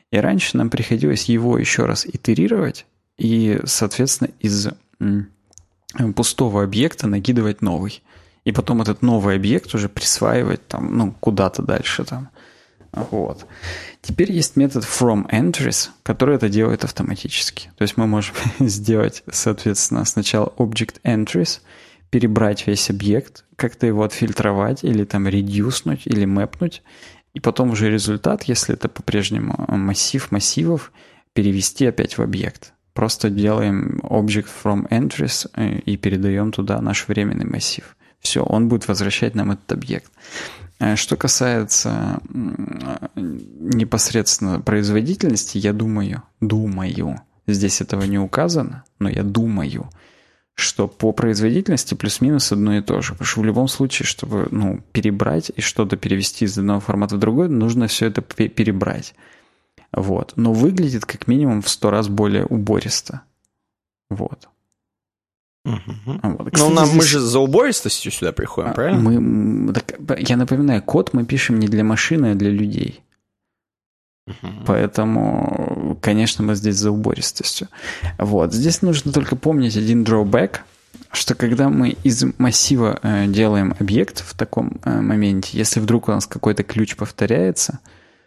И раньше нам приходилось его еще раз итерировать и, соответственно, из пустого объекта накидывать новый. И потом этот новый объект уже присваивать там, ну, куда-то дальше там. Вот. Теперь есть метод FromEntries, который это делает автоматически. То есть мы можем сделать, соответственно, сначала Object Entries, перебрать весь объект, как-то его отфильтровать или там редюснуть или мэпнуть, и потом уже результат, если это по-прежнему массив массивов, перевести опять в объект. Просто делаем Object FromEntries и передаем туда наш временный массив. Все, он будет возвращать нам этот объект. Что касается непосредственно производительности, я думаю, здесь этого не указано, но я думаю, что по производительности плюс-минус одно и то же. Потому что в любом случае, чтобы перебрать и что-то перевести из одного формата в другой, нужно все это перебрать. Вот. Но выглядит как минимум в 100 раз более убористо. Вот. Вот. Кстати, мы же за убористостью сюда приходим, правильно? Я напоминаю, код мы пишем не для машины, а для людей. Поэтому, конечно, мы здесь за убористостью. Вот. Здесь нужно только помнить один drawback, что когда мы из массива делаем объект в таком моменте, если вдруг у нас какой-то ключ повторяется,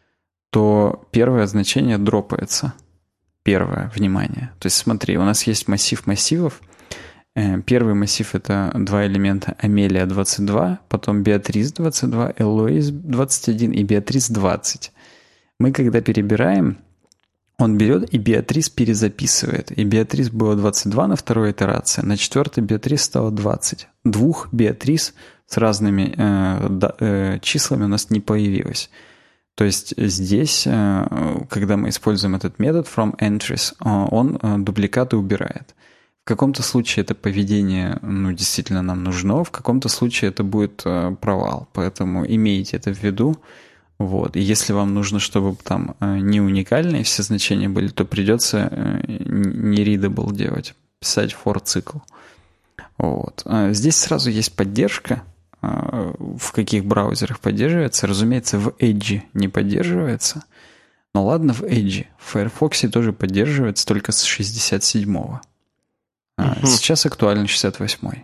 то первое значение дропается. Первое, внимание. То есть смотри, у нас есть массив массивов. Первый массив — это два элемента Амелия 22, потом Беатрис 22, Элоиз 21 и Беатрис 20. Мы когда перебираем, он берет и Беатрис перезаписывает. И Беатрис было 22 на второй итерации, на четвертой Беатрис стало 20. Двух Беатрис с разными числами у нас не появилось. То есть здесь, когда мы используем этот метод FromEntries, он дубликаты убирает. В каком-то случае это поведение действительно нам нужно, в каком-то случае это будет провал. Поэтому имейте это в виду. Вот. И если вам нужно, чтобы там не уникальные все значения были, то придется не readable делать, писать for цикл. Вот. Здесь сразу есть поддержка. В каких браузерах поддерживается. Разумеется, в Edge не поддерживается. Но ладно, в Edge. В Firefox тоже поддерживается только с 67-го. Сейчас актуально 68-й.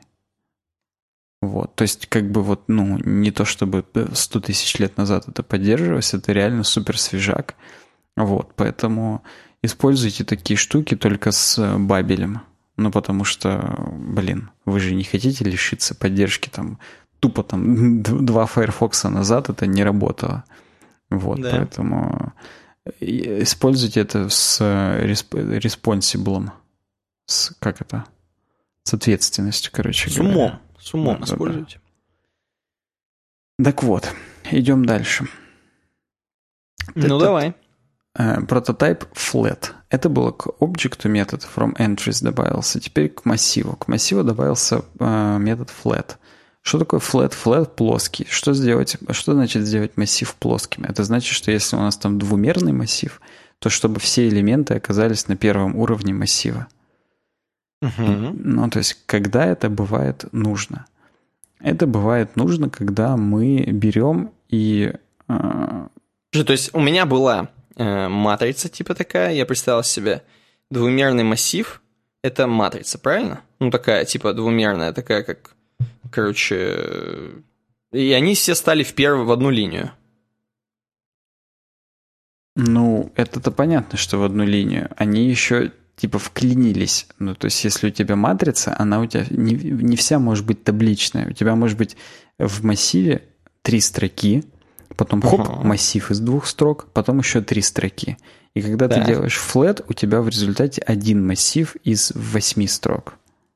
Вот. То есть, как бы вот, не то чтобы 100 тысяч лет назад это поддерживалось, это реально супер свежак. Вот. Поэтому используйте такие штуки только с бабелем. Потому что, вы же не хотите лишиться поддержки там тупо там 2 Firefox назад это не работало. Вот, да. Поэтому используйте это с responsible. С ответственностью, короче говоря. С умом используйте. Так вот, идем дальше. Давай. Прототип flat. Это было к объекту метод FromEntries добавился. Теперь к массиву. К массиву добавился метод flat. Что такое flat? Flat плоский. Что значит сделать массив плоским? Это значит, что если у нас там двумерный массив, то чтобы все элементы оказались на первом уровне массива. То есть, когда это бывает нужно? Это бывает нужно, когда мы берем и... То есть, у меня была матрица типа такая, я представил себе двумерный массив, это матрица, правильно? Такая, типа двумерная, такая как... Короче... И они все стали в одну линию. Это-то понятно, что в одну линию. Они еще... типа вклинились. То есть, если у тебя матрица, она у тебя не вся может быть табличная. У тебя может быть в массиве 3 строки, потом массив из 2 строк, потом еще 3 строки. И когда ты делаешь flat, у тебя в результате один массив из 8 строк.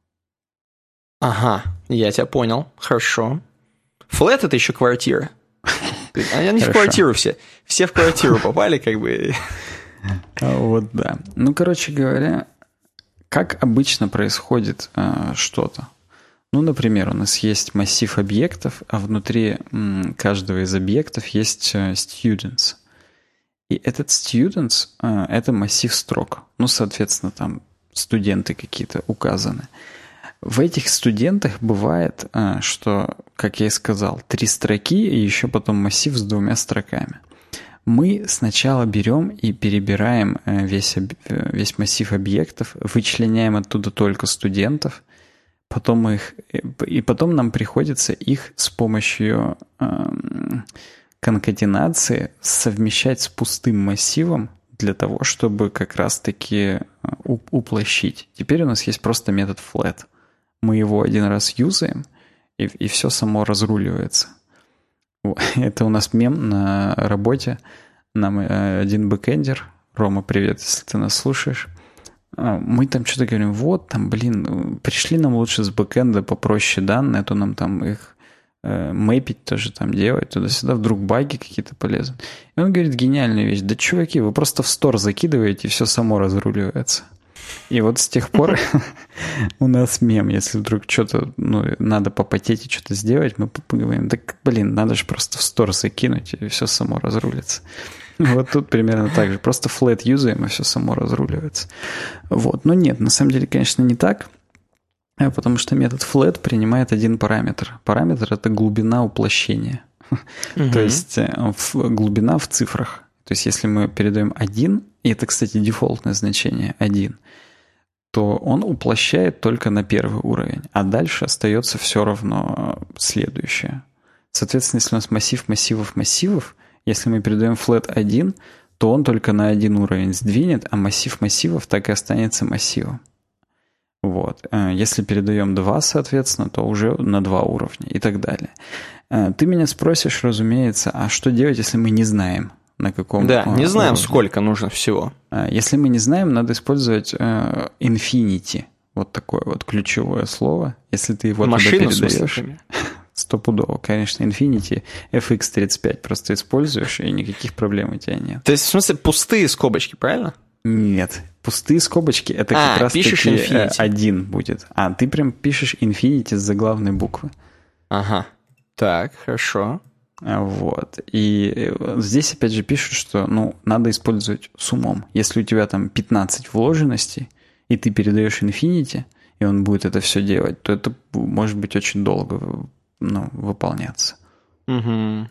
Ага, я тебя понял. Хорошо. Flat — это еще квартира. Они в квартиру все. Все в квартиру попали, как бы... Вот, да. Короче говоря, как обычно происходит что-то? Например, у нас есть массив объектов, а внутри каждого из объектов есть students. И этот students — это массив строк. Соответственно, там студенты какие-то указаны. В этих студентах бывает, что, как я и сказал, 3 строки и еще потом массив с 2 строками. Мы сначала берем и перебираем весь массив объектов, вычленяем оттуда только студентов, потом нам приходится их с помощью конкатенации совмещать с пустым массивом для того, чтобы как раз-таки уплощить. Теперь у нас есть просто метод flat. Мы его один раз юзаем, и все само разруливается. Это у нас мем на работе. Нам один бэкэндер, Рома, привет, если ты нас слушаешь, мы там что-то говорим, вот там, пришли нам лучше с бэкэнда попроще данные, а то нам там их мэпить тоже там делать, туда-сюда, вдруг баги какие-то полезут. И он говорит гениальную вещь, да чуваки, вы просто в стор закидываете, и все само разруливается. И вот с тех пор у нас мем, если вдруг что-то надо попотеть и что-то сделать, мы говорим, так, надо же просто в стор закинуть, и все само разрулится. Вот тут примерно так же. Просто flat юзаем, и все само разруливается. Вот. Но нет, на самом деле, конечно, не так, потому что метод flat принимает один параметр. Параметр — это глубина уплощения. То есть глубина в цифрах. То есть если мы передаем 1, и это, кстати, дефолтное значение 1, то он уплощает только на первый уровень, а дальше остается все равно следующее. Соответственно, если у нас массив массивов, если мы передаем flat 1, то он только на один уровень сдвинет, а массив массивов так и останется массивом. Вот. Если передаем 2, соответственно, то уже на 2 уровня и так далее. Ты меня спросишь, разумеется, а что делать, если мы не знаем, на каком Да, не знаем, уровне? сколько нужно всего. Если мы не знаем, надо использовать infinity. Вот такое вот ключевое слово. Если ты его машину, туда передаешь. Стопудово, конечно, Infinity FX35 просто используешь, и никаких проблем у тебя нет. То есть, в смысле, пустые скобочки, правильно? Нет, пустые скобочки — это как раз-таки 1 будет. А ты прям пишешь Infinity с заглавной буквы. Ага, так, хорошо. Вот. И здесь опять же пишут, что надо использовать с умом. Если у тебя там 15 вложенностей, и ты передаешь Infinity, и он будет это все делать, то это может быть очень долго выполняться. Угу.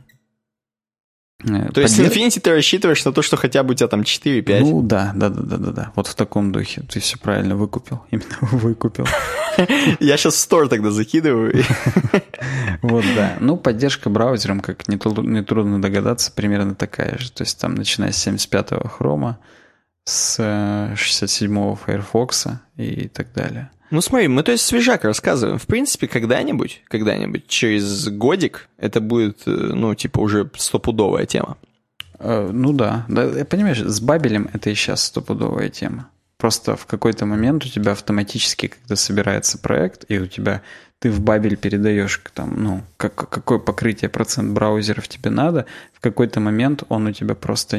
То есть Infinity ты рассчитываешь на то, что хотя бы у тебя там 4-5? Да. Вот в таком духе. Ты все правильно выкупил. Именно выкупил. Я сейчас в стор тогда закидываю. Вот, да. Поддержка браузером, как нетрудно догадаться, примерно такая же. То есть там, начиная с 75-го Chrome, с 67-го Firefox и так далее. Смотри, мы, то есть, свежак рассказываем. В принципе, когда-нибудь, через годик, это будет, уже стопудовая тема. Да, понимаешь, с Бабелем это и сейчас стопудовая тема. Просто в какой-то момент у тебя автоматически, когда собирается проект, и ты в Бабель передаешь какое покрытие процент браузеров тебе надо, в какой-то момент он у тебя просто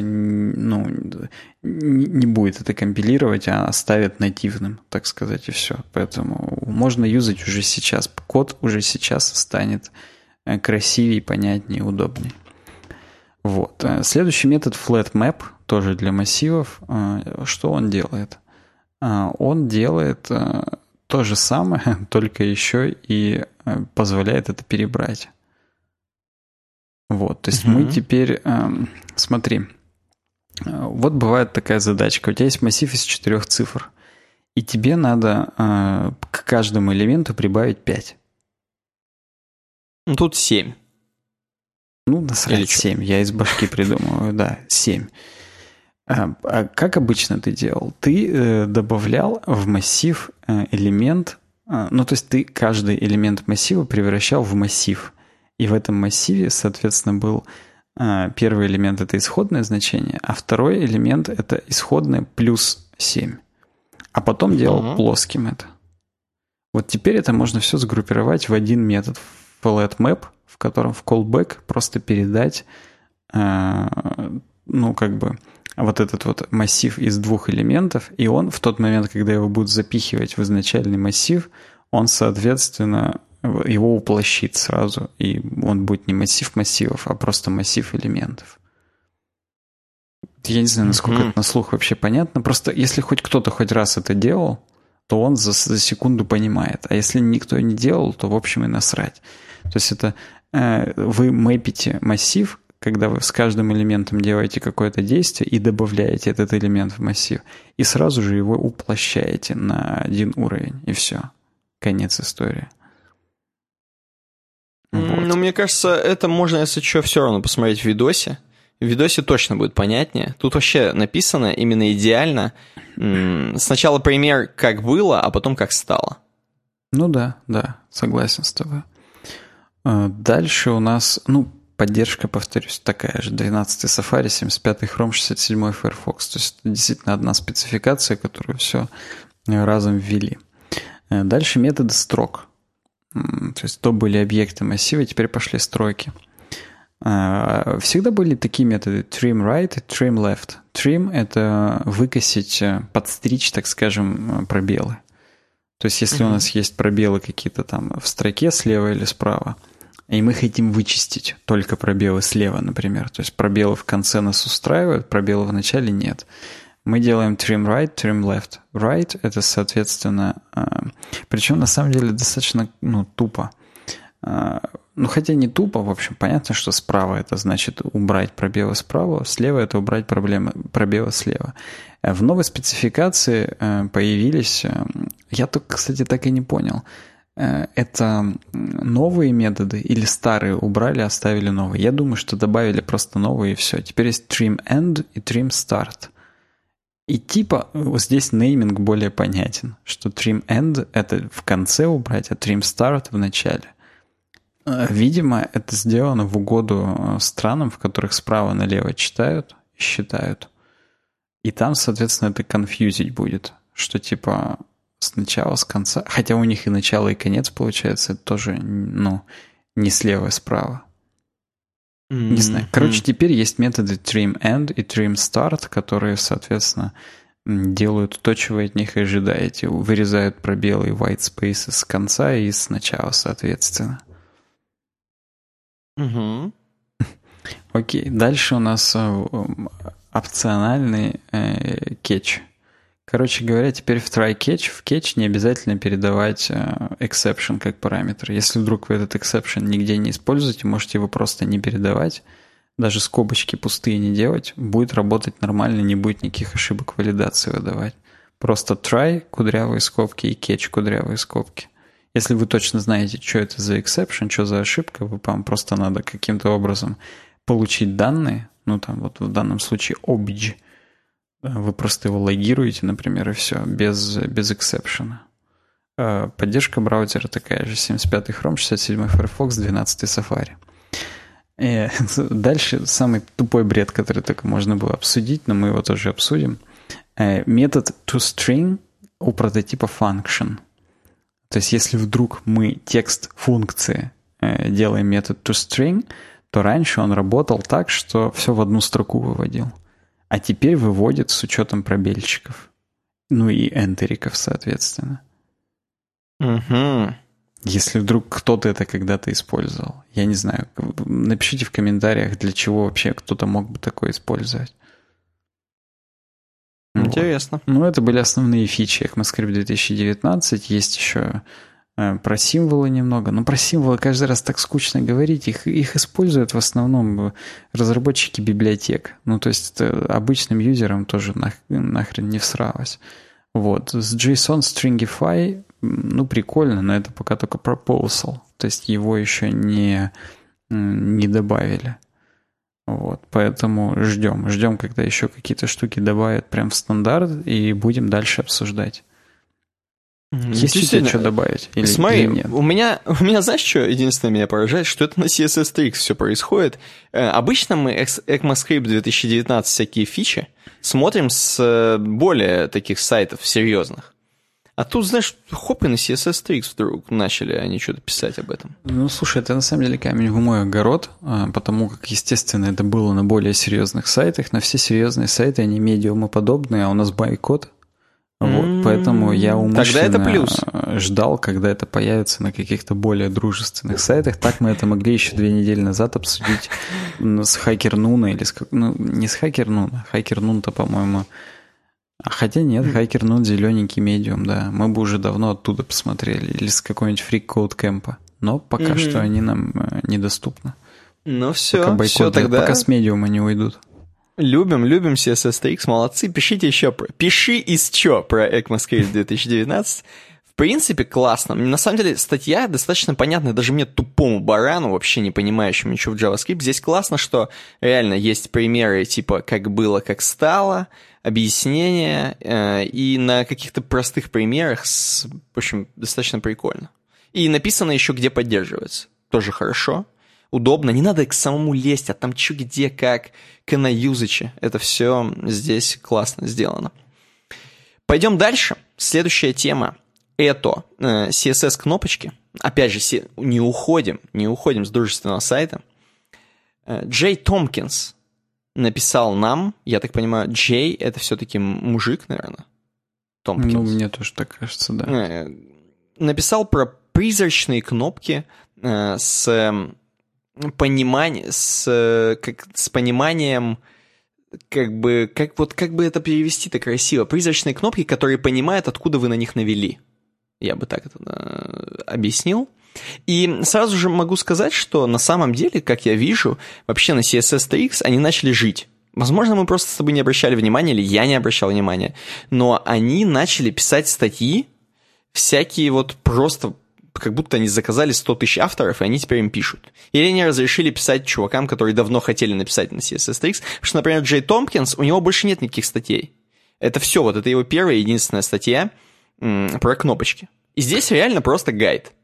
не будет это компилировать, а оставит нативным, так сказать, и все. Поэтому можно юзать уже сейчас. Код уже сейчас станет красивее, понятнее, удобнее. Вот. Следующий метод flatMap, тоже для массивов. Что он делает? Он делает то же самое, только еще и позволяет это перебрать. Вот, то есть мы теперь, смотри, вот бывает такая задачка. У тебя есть массив из 4 цифр, и тебе надо к каждому элементу прибавить 5. Тут 7. Насрать 7, я из башки придумываю, да, 7. А как обычно ты делал? Ты добавлял в массив элемент, то есть ты каждый элемент массива превращал в массив. И в этом массиве, соответственно, был первый элемент — это исходное значение, а второй элемент — это исходное плюс 7. А потом делал плоским это. Вот теперь это можно все сгруппировать в один метод flatMap, в котором в callback просто передать вот этот вот массив из 2 элементов, и он в тот момент, когда его будут запихивать в изначальный массив, он, соответственно, его уплощит сразу, и он будет не массив массивов, а просто массив элементов. Я не знаю, насколько это на слух вообще понятно. Просто если хоть кто-то хоть раз это делал, то он за секунду понимает. А если никто не делал, то, в общем, и насрать. То есть это вы мэпите массив когда вы с каждым элементом делаете какое-то действие и добавляете этот элемент в массив, и сразу же его уплощаете на один уровень, и все. Конец истории. Вот. Ну, мне кажется, это можно, если что, все равно посмотреть в видосе. В видосе точно будет понятнее. Тут вообще написано именно идеально. Сначала пример, как было, а потом как стало. Ну да, согласен с тобой. Дальше у нас, поддержка, повторюсь, такая же. 12-й Safari, 75-й Chrome, 67-й Firefox. То есть это действительно одна спецификация, которую все разом ввели. Дальше методы строк. То есть то были объекты массива, теперь пошли строки. Всегда были такие методы trim right и trim left. Trim — это выкосить, подстричь, так скажем, пробелы. То есть если у нас есть пробелы какие-то там в строке слева или справа, и мы хотим вычистить только пробелы слева, например, то есть пробелы в конце нас устраивают, пробелы в начале нет, мы делаем trim right, trim left. Right — это, соответственно, причем на самом деле достаточно тупо. Хотя не тупо, в общем, понятно, что справа это значит убрать пробелы справа, слева это убрать пробелы слева. В новой спецификации появились, я только, кстати, так и не понял, это новые методы или старые убрали, оставили новые? Я думаю, что добавили просто новые и все. Теперь есть trim end и trim start. И типа вот здесь нейминг более понятен, что trim end это в конце убрать, а trim start в начале. Видимо, это сделано в угоду странам, в которых справа налево читают и считают. И там, соответственно, это конфьюзить будет, что типа сначала с конца, хотя у них и начало, и конец получается, это тоже, не слева, а справа. Не знаю. Короче, теперь есть методы trim end и trim start, которые, соответственно, делают то, чего от них и ожидаете. Вырезают пробелы и white spaces с конца и с начала, соответственно. Окей. Дальше у нас опциональный кетч. Короче говоря, теперь в try-catch, в catch не обязательно передавать exception как параметр. Если вдруг вы этот exception нигде не используете, можете его просто не передавать, даже скобочки пустые не делать, будет работать нормально, не будет никаких ошибок валидации выдавать. Просто try, кудрявые скобки, и catch, кудрявые скобки. Если вы точно знаете, что это за exception, что за ошибка, вам просто надо каким-то образом получить данные, вот в данном случае obj, вы просто его логируете, например, и все, без эксепшена. Поддержка браузера такая же, 75-й Chrome, 67-й Firefox, 12-й Safari. И дальше самый тупой бред, который только можно было обсудить, но мы его тоже обсудим. Метод toString у прототипа function. То есть если вдруг мы текст функции делаем метод toString, то раньше он работал так, что все в одну строку выводил. А теперь выводит с учетом пробельчиков. И энтериков, соответственно. Если вдруг кто-то это когда-то использовал. Я не знаю. Напишите в комментариях, для чего вообще кто-то мог бы такое использовать. Интересно. Это были основные фичи ECMAScript 2019. Есть еще про символы немного. Но про символы каждый раз так скучно говорить. Их используют в основном разработчики библиотек. То есть обычным юзерам тоже нахрен не всралось. С JSON Stringify, прикольно, но это пока только proposal. То есть его еще не добавили. Поэтому ждем, когда еще какие-то штуки добавят прям в стандарт, и будем дальше обсуждать. Есть еще что добавить? Смотри, или нет? У меня, знаешь, что единственное меня поражает, что это на CSS3 все происходит. Обычно мы ECMAScript 2019 всякие фичи смотрим с более таких сайтов серьезных. А тут, знаешь, хоп, и на CSS3 вдруг начали они что-то писать об этом. Слушай, это на самом деле камень в мой огород, потому как, естественно, это было на более серьезных сайтах. На все серьезные сайты, они медиумоподобные, а у нас байкод. Поэтому я умышленно ждал, когда это появится на каких-то более дружественных сайтах. Так мы это могли еще 2 недели назад обсудить с HackerNoon или не с HackerNoon. HackerNoon-то, по-моему... Хотя нет, HackerNoon зелененький медиум, да. Мы бы уже давно оттуда посмотрели. Или с какого-нибудь Free Code Camp. Но пока что они нам недоступны. Ну все, тогда... Пока с медиума не уйдут. Любим CSS3X, молодцы. Пишите еще Пиши из чё про ECMAScript 2019. В принципе, классно. На самом деле, статья достаточно понятная, даже мне, тупому барану, вообще не понимающему ничего в JavaScript. Здесь классно, что реально есть примеры типа «как было, как стало», объяснения, и на каких-то простых примерах, в общем, достаточно прикольно. И написано еще, где поддерживается. Тоже хорошо. Удобно, не надо к самому лезть, а там что, где, как, на юзаче. Это все здесь классно сделано. Пойдем дальше. Следующая тема. Это CSS-кнопочки. Опять же, не уходим с дружественного сайта. Джей Томпкинс написал нам, я так понимаю, Джей — это все-таки мужик, наверное. Томпкинс. Ну, мне тоже так кажется, да. Написал про призрачные кнопки с пониманием, как бы это перевести-то красиво. Призрачные кнопки, которые понимают, откуда вы на них навели. Я бы так это объяснил. И сразу же могу сказать, что на самом деле, как я вижу, вообще на CSS3X они начали жить. Возможно, мы просто с тобой не обращали внимания, или я не обращал внимания, но они начали писать статьи, всякие вот просто, как будто они заказали 100 тысяч авторов, и они теперь им пишут. Или они разрешили писать чувакам, которые давно хотели написать на CSS3X, потому что, например, Джей Томпкинс, у него больше нет никаких статей. Это все, вот это его первая и единственная статья про кнопочки. И здесь реально просто гайд.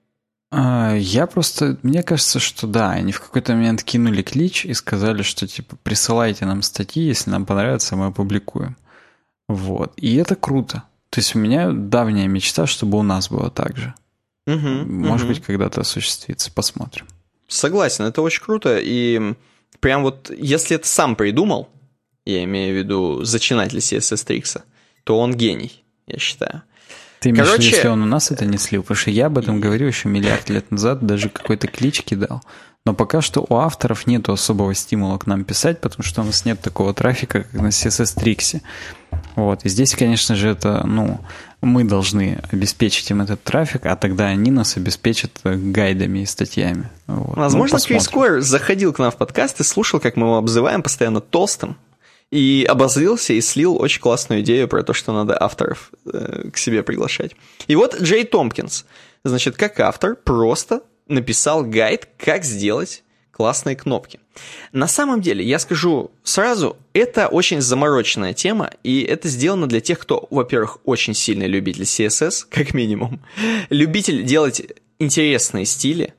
Мне кажется, что да, они в какой-то момент кинули клич и сказали, что типа присылайте нам статьи, если нам понравится, мы опубликуем. Вот. И это круто. То есть у меня давняя мечта, чтобы у нас было так же. Может быть, когда-то осуществится, посмотрим. Согласен, это очень круто. И прям вот, если это сам придумал, я имею в виду зачинатель CSS3X, то он гений, я считаю. Ты имеешь в виду, если он у нас это не слил? Потому что я об этом говорил еще миллиард лет назад, даже какой-то клич кидал. Но пока что у авторов нет особого стимула к нам писать, потому что у нас нет такого трафика, как на CSS3X. Вот. И здесь, конечно же, это, мы должны обеспечить им этот трафик, а тогда они нас обеспечат гайдами и статьями. Вот. Возможно, Крис Койер заходил к нам в подкаст и слушал, как мы его обзываем постоянно толстым, и обозлился и слил очень классную идею про то, что надо авторов к себе приглашать. И вот Джей Томпкинс, значит, как автор, просто написал гайд, как сделать классные кнопки. На самом деле, я скажу сразу, это очень замороченная тема, и это сделано для тех, кто, во-первых, очень сильный любитель CSS, как минимум, любитель делать интересные стили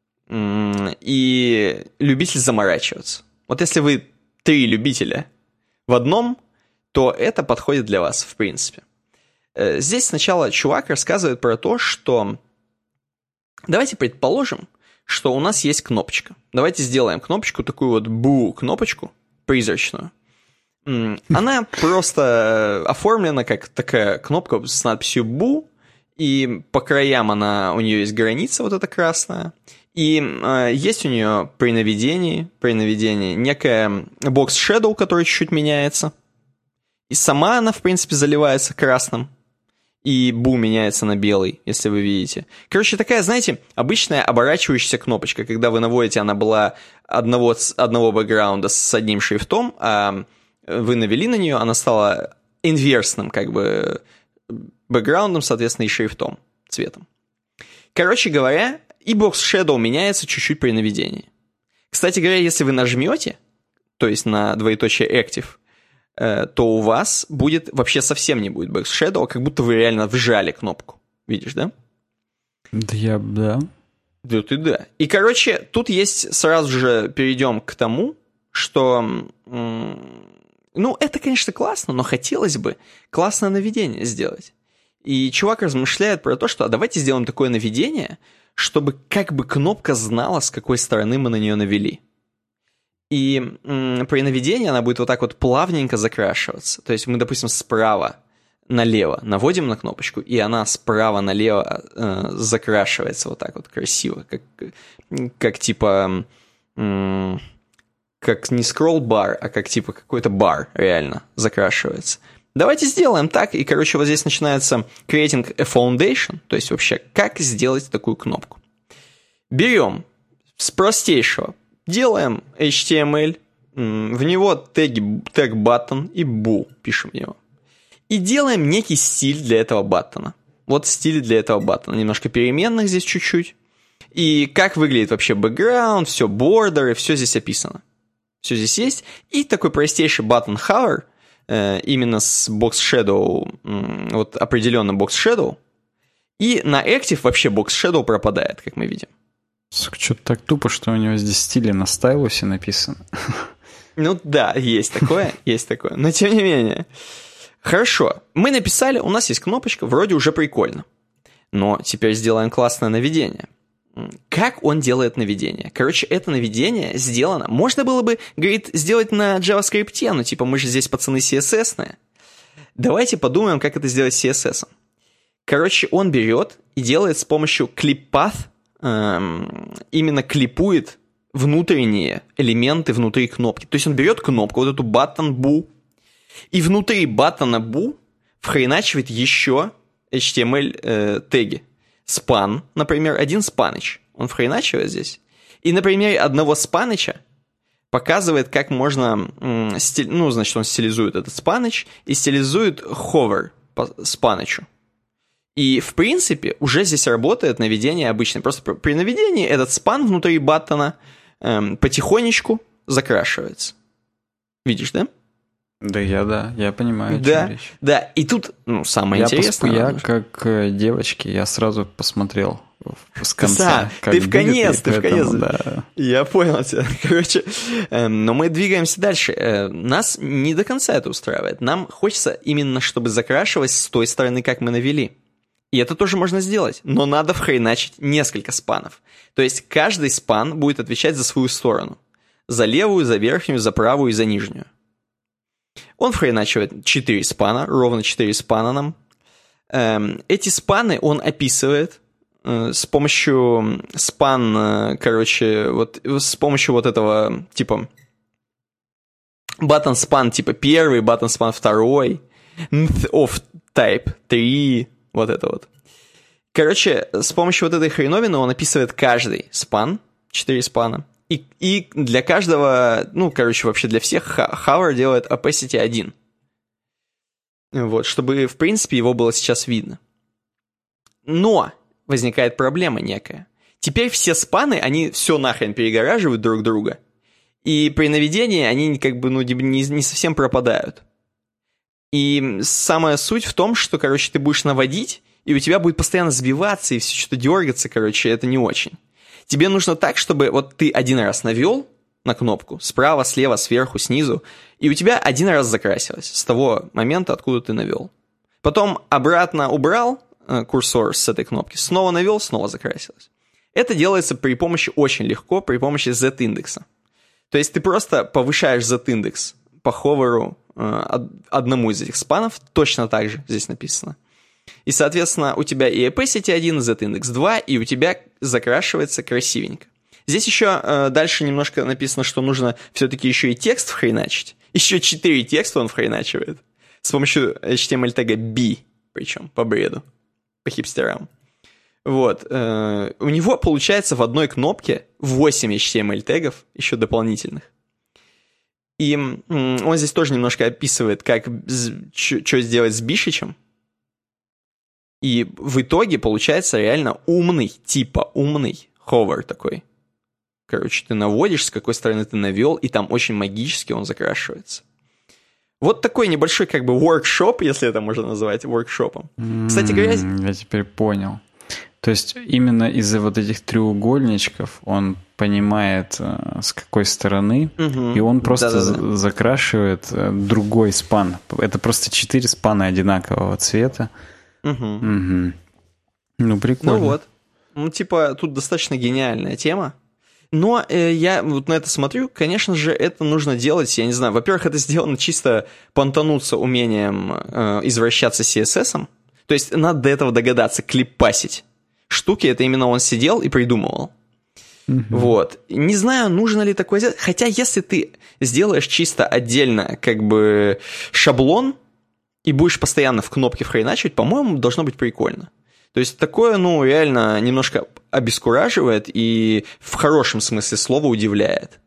и любитель заморачиваться. Вот если вы 3 любителя в одном, то это подходит для вас, в принципе. Здесь сначала чувак рассказывает про то, что давайте предположим, что у нас есть кнопочка. Давайте сделаем кнопочку, такую вот бу-кнопочку, призрачную. Она просто оформлена как такая кнопка с надписью «бу», и по краям у нее есть граница вот эта красная, и есть у нее при наведении некая box shadow, которая чуть-чуть меняется, и сама она, в принципе, заливается красным, и бу меняется на белый, если вы видите. Короче, такая, знаете, обычная оборачивающаяся кнопочка, когда вы наводите, она была одного бэкграунда с одним шрифтом, а вы навели на нее, она стала инверсным, как бы, бэкграундом, соответственно, и шрифтом, цветом. Короче говоря, и box shadow меняется чуть-чуть при наведении. Кстати говоря, если вы нажмете, то есть на двоеточие active, то у вас будет, вообще совсем не будет box shadow, как будто вы реально вжали кнопку. Видишь, да? Да. Да ты да. И, короче, тут есть, сразу же перейдем к тому, что, это, конечно, классно, но хотелось бы классное наведение сделать. И чувак размышляет про то, что давайте сделаем такое наведение, чтобы как бы кнопка знала, с какой стороны мы на нее навели. И при наведении она будет вот так вот плавненько закрашиваться. То есть мы, допустим, справа налево наводим на кнопочку, и она справа налево закрашивается вот так вот красиво, как типа, как не скролл-бар, а как типа какой-то бар реально закрашивается. Давайте сделаем так, и, короче, вот здесь начинается creating a foundation, то есть вообще, как сделать такую кнопку. Берем с простейшего Делаем HTML, в него тег button и bool пишем в него. И делаем некий стиль для этого баттона. Вот стиль для этого баттона. Немножко переменных здесь чуть-чуть. И как выглядит вообще бэкграунд, все, бордеры, все здесь описано. Все здесь есть. И такой простейший button hover, именно с box shadow, вот определенно box shadow. И на active вообще box shadow пропадает, как мы видим. Что-то так тупо, что у него здесь стили на стайлусе написано. Ну да, есть такое. Но тем не менее. Хорошо, мы написали, у нас есть кнопочка, вроде уже прикольно. Но теперь сделаем классное наведение. Как он делает наведение? Короче, это наведение сделано. Можно было бы, говорит, сделать на JavaScript, но типа мы же здесь пацаны CSS-ные. Давайте подумаем, как это сделать CSS. Короче, он берет и делает с помощью ClipPath, именно клипует внутренние элементы внутри кнопки. То есть он берет кнопку, вот эту button bool, и внутри баттона bool вхреначивает еще HTML теги. Span, например, один спаныч. Он вхреначивает здесь. И на примере одного спаныча показывает, как можно... значит, он стилизует этот спаныч и стилизует hover по спанычу. И, в принципе, уже здесь работает наведение обычное. Просто при наведении этот спан внутри баттона потихонечку закрашивается. Видишь, да? Я понимаю, о чем речь. Да, и тут, самое интересное... Я, как девочки, я сразу посмотрел с конца. Да, ты в конец. Да. Я понял тебя. Короче, но мы двигаемся дальше. Нас не до конца это устраивает. Нам хочется именно, чтобы закрашивалось с той стороны, как мы навели. И это тоже можно сделать, но надо вхреначить несколько спанов. То есть каждый спан будет отвечать за свою сторону. За левую, за верхнюю, за правую и за нижнюю. Он вхреначивает 4 спана, ровно 4 спана нам. Эти спаны он описывает с помощью спан, с помощью вот этого типа button span типа первый, button span второй, of type 3, вот это вот. Короче, с помощью вот этой хреновины он описывает каждый спан, 4 спана. И для каждого, вообще для всех hover делает opacity 1. Вот, чтобы, в принципе, его было сейчас видно. Но возникает проблема некая. Теперь все спаны, они все нахрен перегораживают друг друга. И при наведении они не совсем пропадают. И самая суть в том, что, ты будешь наводить, и у тебя будет постоянно сбиваться, и все что-то дергаться, это не очень. Тебе нужно так, чтобы вот ты один раз навел на кнопку, справа, слева, сверху, снизу, и у тебя один раз закрасилось с того момента, откуда ты навел. Потом обратно убрал курсор с этой кнопки, снова навел, снова закрасилось. Это делается очень легко, при помощи Z-индекса. То есть ты просто повышаешь Z-индекс по ховеру одному из этих спанов, точно так же здесь написано. И, соответственно, у тебя и opacity 1, и Z-индекс 2, и у тебя закрашивается красивенько. Здесь еще дальше немножко написано, что нужно все-таки еще и текст вхреначить. Еще 4 текста он вхреначивает. С помощью HTML тега B, причем по бреду, по хипстерам. Вот. У него получается в одной кнопке 8 HTML тегов, еще дополнительных. И он здесь тоже немножко описывает, что сделать с бишичем. И в итоге получается реально умный hover такой. Ты наводишь, с какой стороны ты навел, и там очень магически он закрашивается. Вот такой небольшой workshop, если это можно назвать воркшопом. Кстати говоря... Я теперь понял. То есть именно из-за вот этих треугольничков он понимает, с какой стороны, и он просто закрашивает другой спан. Это просто 4 спана одинакового цвета. Прикольно. Ну вот. Тут достаточно гениальная тема. Но я вот на это смотрю, конечно же, это нужно делать, я не знаю, во-первых, это сделано чисто понтануться умением извращаться CSS-ом. То есть надо до этого догадаться, клиппасить. Штуки, это именно он сидел и придумывал. Вот. Не знаю, нужно ли такое сделать. Хотя, если ты сделаешь чисто отдельно шаблон, и будешь постоянно в кнопке вхреначивать, по-моему, должно быть прикольно. То есть такое, реально немножко обескураживает и в хорошем смысле слова удивляет.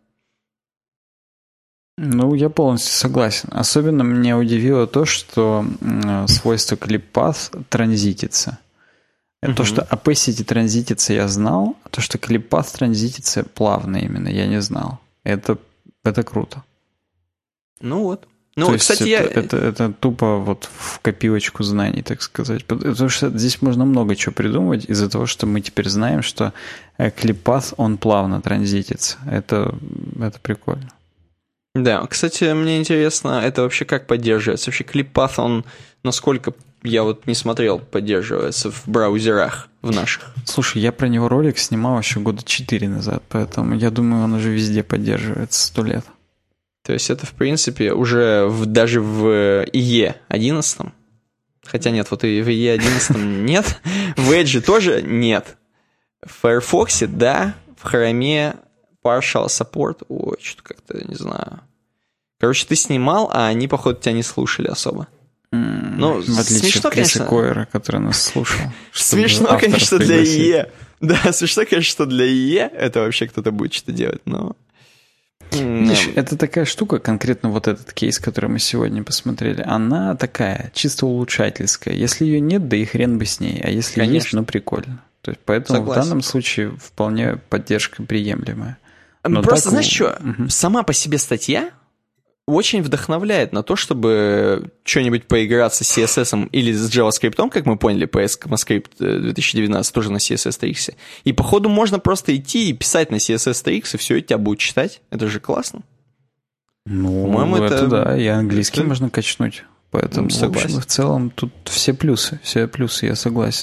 Ну, я полностью согласен. Особенно меня удивило то, что свойство ClipPath транзитится. То, что Opacity транзитится, я знал, а то, что ClipPath транзитится плавно именно, я не знал. Это круто. Ну вот. Ну, кстати, это тупо вот в копилочку знаний, так сказать. Потому что здесь можно много чего придумывать из-за того, что мы теперь знаем, что ClipPath, он плавно транзитится. Это прикольно. Да, кстати, мне интересно, это вообще как поддерживается? Вообще ClipPath, он, насколько я вот не смотрел, поддерживается в браузерах, в наших? Слушай, я про него ролик снимал еще года 4 назад, поэтому я думаю, он уже везде поддерживается 100 лет. То есть это, в принципе, уже даже в IE 11, хотя нет, вот и в IE 11 нет, в Edge тоже нет, в Firefox, да, в Chrome partial support, ой, что-то как-то, не знаю. Короче, ты снимал, а они, походу, тебя не слушали особо. Ну, в отличие смешно, от Криса Койера, который нас слушал. Смешно, конечно, для IE. Да, смешно, конечно, что для IE это вообще кто-то будет что-то делать, но... Видишь, это такая штука, конкретно вот этот кейс, который мы сегодня посмотрели, она такая, чисто улучшательская. Если ее нет, да и хрен бы с ней. А если конечно. Есть, ну прикольно. То есть, поэтому согласен. В данном случае вполне поддержка приемлемая. Но просто, так... знаешь что, сама по себе статья очень вдохновляет на то, чтобы что-нибудь поиграться с CSS или с JavaScript, как мы поняли, по ECMAScript 2019 тоже на CSS TX. И походу можно просто идти и писать на CSS TX, и все, и тебя будут читать. Это же классно. Ну, по-моему, это да, и английский можно качнуть. Поэтому, в общем, в целом, тут все плюсы, я согласен.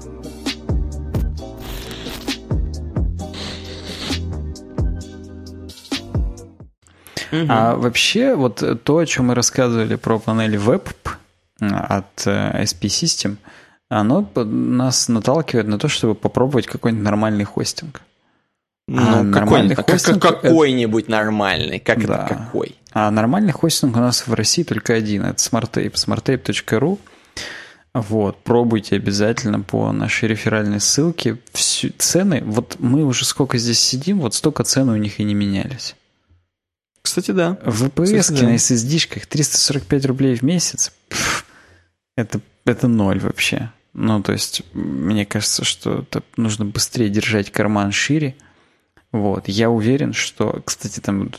А вообще, вот то, о чем мы рассказывали про панели Web от SP System, оно нас наталкивает на то, чтобы попробовать какой-нибудь нормальный хостинг. Ну, какой-нибудь нормальный. Как да. Это какой? А нормальный хостинг у нас в России только один. Это SmartTape. SmartTape.ru. Вот, пробуйте обязательно по нашей реферальной ссылке. Цены, вот мы уже сколько здесь сидим, вот столько цены у них и не менялись. Кстати, да. VPS на SSD-шках 345 рублей в месяц. Это ноль вообще. Ну, то есть, мне кажется, что нужно быстрее держать карман шире. Вот. Я уверен, что... Кстати, там,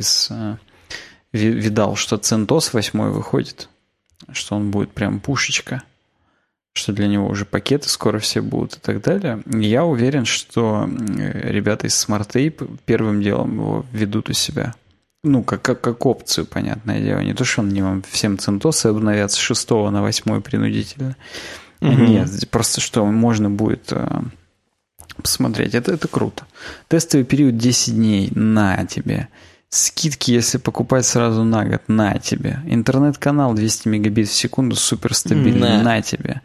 видал, что CentOS 8 выходит, что он будет прям пушечка, что для него уже пакеты скоро все будут и так далее. Я уверен, что ребята из SmartTape первым делом его ведут у себя. Ну, как опцию, понятное дело. Не то, что он не вам всем CentOS обновят с 6 на 8 принудительно. Нет, просто что можно будет посмотреть. Это круто. Тестовый период 10 дней. На тебе. Скидки, если покупать сразу на год. На тебе. Интернет-канал 200 мегабит в секунду. Супер стабильный. На тебе.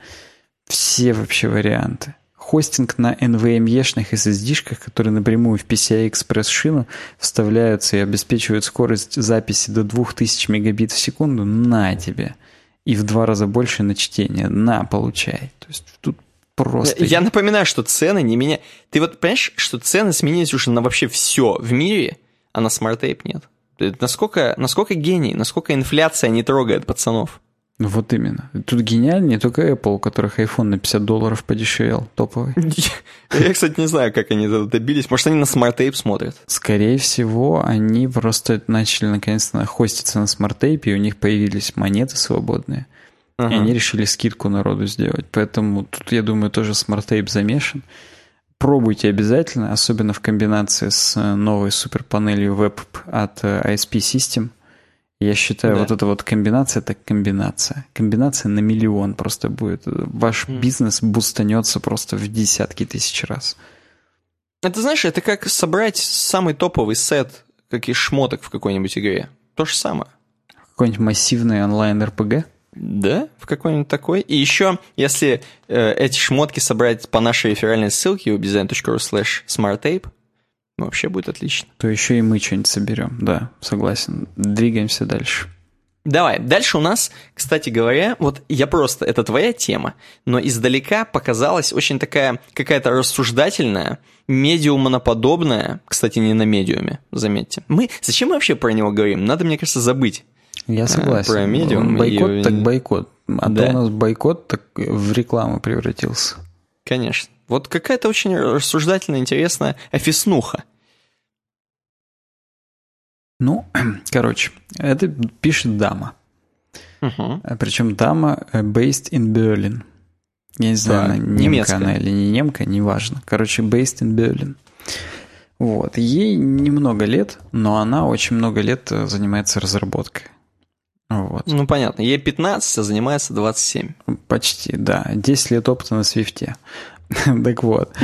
Все вообще варианты. Хостинг на NVMe-шных SSD-шках, которые напрямую в PCI-Express шину вставляются и обеспечивают скорость записи до 2000 мегабит в секунду. На тебе. И в 2 раза больше на чтение. На, получай. То есть тут просто... Я напоминаю, что цены не меняют. Ты вот понимаешь, что цены сменились уже на вообще все в мире, а на SmartTape нет. Насколько гений, насколько инфляция не трогает пацанов. Вот именно. Тут гениальнее только Apple, у которых iPhone на $50 подешевел, топовый. Я, кстати, не знаю, как они это добились. Может, они на SmartTape смотрят? Скорее всего, они просто начали наконец-то хоститься на SmartTape, и у них появились монеты свободные. И они решили скидку народу сделать. Поэтому тут, я думаю, тоже SmartTape замешан. Пробуйте обязательно, особенно в комбинации с новой суперпанелью Web от ISP System. Я считаю, вот эта вот комбинация, это комбинация. Комбинация на миллион просто будет. Ваш бизнес бустанется просто в десятки тысяч раз. Это, знаешь, это как собрать самый топовый сет каких шмоток в какой-нибудь игре. То же самое. Какой-нибудь массивный онлайн-РПГ? Да, в какой-нибудь такой. И еще, если эти шмотки собрать по нашей реферальной ссылке webdesign.ru/smarttape, вообще будет отлично. То еще и мы что-нибудь соберем. Да, согласен. Двигаемся дальше. Давай, дальше у нас, кстати говоря, вот это твоя тема, но издалека показалась очень такая какая-то рассуждательная, медиумоноподобная, кстати, не на медиуме, заметьте. Зачем мы вообще про него говорим? Надо, мне кажется, забыть. Я согласен. Про медиум. Бойкот так бойкот. А да. То у нас бойкот так в рекламу превратился. Конечно. Вот какая-то очень рассуждательная, интересная офиснуха. Ну, короче, это пишет дама. Причем дама based in Berlin. Я не знаю, она немка она или не немка, неважно. Короче, based in Berlin. Вот. Ей немного лет, но она очень много лет занимается разработкой. Вот. Ну, понятно. Ей 15, а занимается 27. Почти, да. 10 лет опыта на свифте. Так вот.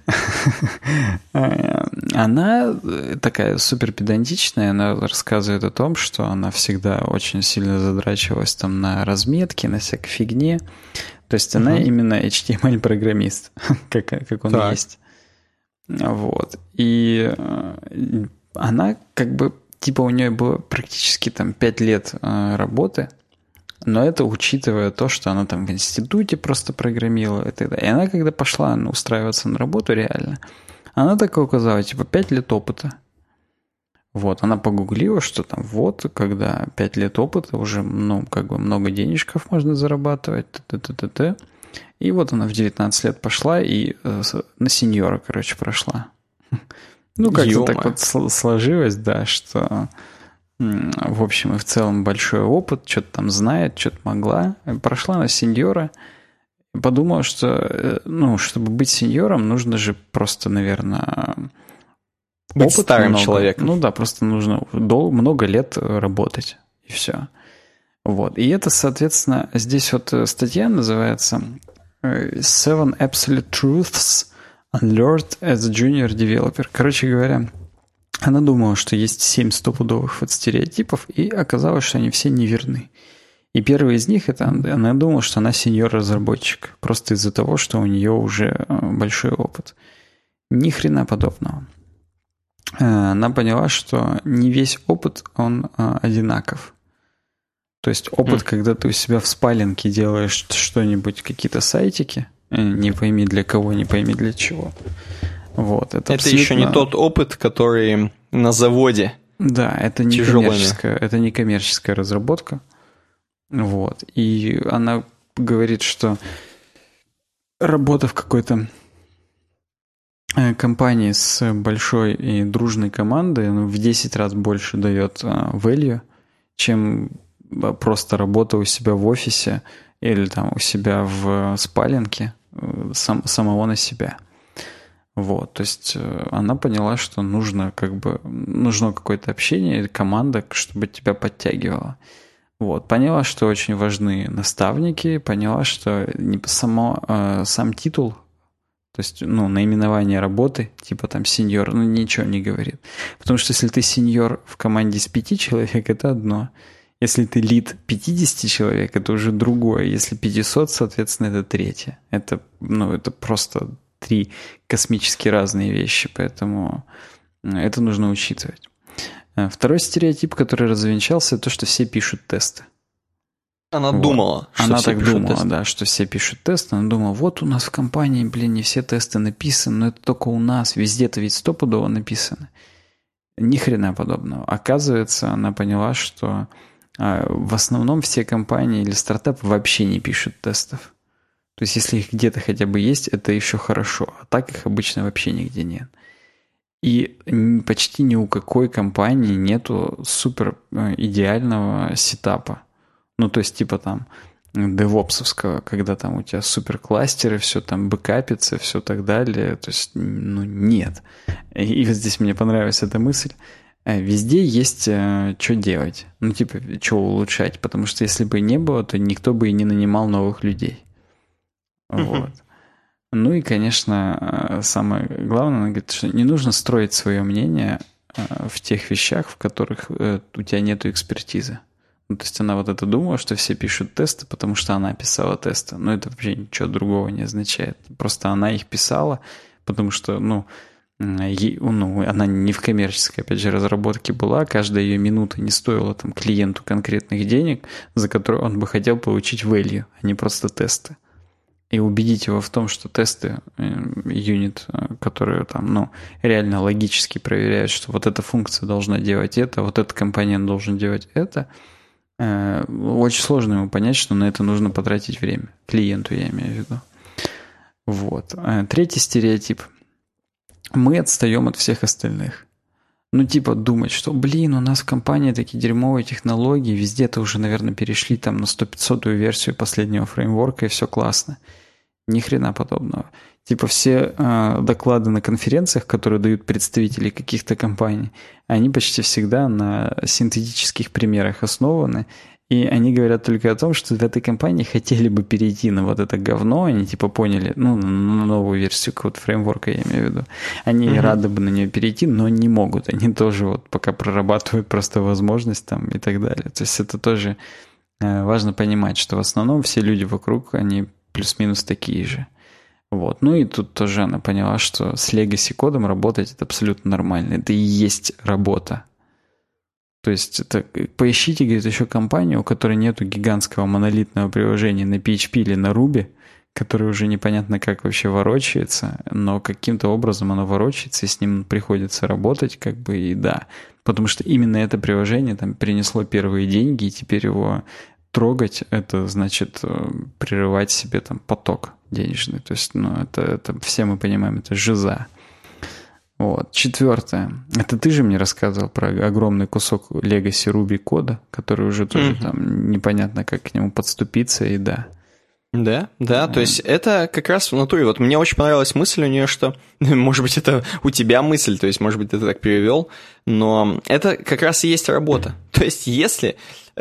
Она такая супер педантичная, она рассказывает о том, что она всегда очень сильно задрачивалась там на разметке, на всякой фигне. То есть она именно HTML-программист, как он есть. Вот. И она как бы, типа у нее было практически там 5 лет работы, но это учитывая то, что она там в институте просто программировала и так далее. И она, когда пошла устраиваться на работу реально, она так указала, типа, 5 лет опыта. Вот, она погуглила, что там вот, когда 5 лет опыта, уже, ну, как бы много денежков можно зарабатывать, т-т-т-т-т. И вот она в 19 лет пошла и на сеньора, короче, прошла. Ну, как-то так вот сложилось, да, что... В общем и в целом большой опыт, что-то там знает, что-то могла. Прошла на сеньора и подумала, что, ну, чтобы быть сеньором, нужно же просто, наверное, быть старым человеком. Ну да, просто нужно много лет работать, и все. Вот. И это, соответственно, здесь вот статья называется «Seven Absolute Truths Unlearned as a Junior Developer». Короче говоря, она думала, что есть 7 стопудовых вот стереотипов, и оказалось, что они все неверны. И первый из них, это она думала, что она сеньор-разработчик, просто из-за того, что у нее уже большой опыт. Ни хрена подобного. Она поняла, что не весь опыт, он одинаков. То есть опыт, когда ты у себя в спаленке делаешь что-нибудь, какие-то сайтики, не пойми для кого, не пойми для чего. Вот, это еще не тот опыт, который на заводе. Да, это не коммерческая разработка. Вот. И она говорит, что работа в какой-то компании с большой и дружной командой в 10 раз больше дает value, чем просто работа у себя в офисе или там у себя в спаленке самого на себя. Вот, то есть она поняла, что нужно какое-то общение, команда, чтобы тебя подтягивала. Вот, поняла, что очень важны наставники, поняла, что сам титул, то есть, ну, наименование работы, типа там сеньор, ну, ничего не говорит. Потому что если ты сеньор в команде из 5 человек, это одно. Если ты лид 50 человек, это уже другое. Если 500, соответственно, это третье. Это просто 3 космически разные вещи, поэтому это нужно учитывать. Второй стереотип, который развенчался, это то, что все пишут тесты. Она думала, что все пишут тесты. Да, что все пишут тесты. Она думала, вот у нас в компании, не все тесты написаны, но это только у нас, везде-то ведь стопудово написано. Ни хрена подобного. Оказывается, она поняла, что в основном все компании или стартапы вообще не пишут тестов. То есть, если их где-то хотя бы есть, это еще хорошо. А так их обычно вообще нигде нет. И почти ни у какой компании нету супер идеального сетапа. Ну, то есть, типа там девопсовского, когда там у тебя супер кластеры, все там бэкапится, все так далее. То есть, ну, нет. И вот здесь мне понравилась эта мысль. Везде есть что делать. Ну, типа, что улучшать. Потому что если бы не было, то никто бы и не нанимал новых людей. Вот. Ну и, конечно, самое главное, она говорит, что не нужно строить свое мнение в тех вещах, в которых у тебя нету экспертизы. Ну, то есть она вот это думала, что все пишут тесты, потому что она писала тесты. Но это вообще ничего другого не означает. Просто она их писала, потому что, ну, она не в коммерческой, опять же, разработке была, каждая ее минута не стоила там клиенту конкретных денег, за которые он бы хотел получить value, а не просто тесты. И убедить его в том, что тесты, юнит, которые там, реально логически проверяют, что вот эта функция должна делать это, вот этот компонент должен делать это, очень сложно ему понять, что на это нужно потратить время. Клиенту, я имею в виду. Вот. Третий стереотип. Мы отстаем от всех остальных. Думать, что, у нас в компании такие дерьмовые технологии, везде-то уже, наверное, перешли там на 100-500-ую версию последнего фреймворка, и все классно. Ни хрена подобного. Все доклады на конференциях, которые дают представители каких-то компаний, они почти всегда на синтетических примерах основаны, и они говорят только о том, что в этой компании хотели бы перейти на вот это говно, они поняли, на новую версию какого-то фреймворка, я имею в виду. Они рады бы на нее перейти, но не могут. Они тоже пока прорабатывают просто возможность там и так далее. То есть это тоже важно понимать, что в основном все люди вокруг, они плюс-минус такие же. Вот. И тут тоже она поняла, что с legacy кодом работать это абсолютно нормально. Это и есть работа. То есть поищите, говорит, еще компанию, у которой нету гигантского монолитного приложения на PHP или на Ruby, которое уже непонятно как вообще ворочается, но каким-то образом оно ворочается, и с ним приходится работать, и да. Потому что именно это приложение там принесло первые деньги, и теперь его трогать, это значит прерывать себе там поток денежный. То есть, это все мы понимаем, это жиза. Вот. Четвертое. Это ты же мне рассказывал про огромный кусок Legacy Ruby кода, который уже тоже там непонятно, как к нему подступиться, и да. Да, то есть это как раз в натуре. Вот мне очень понравилась мысль у нее, что, может быть, это у тебя мысль, то есть, может быть, ты так перевел, но это как раз и есть работа. То есть, если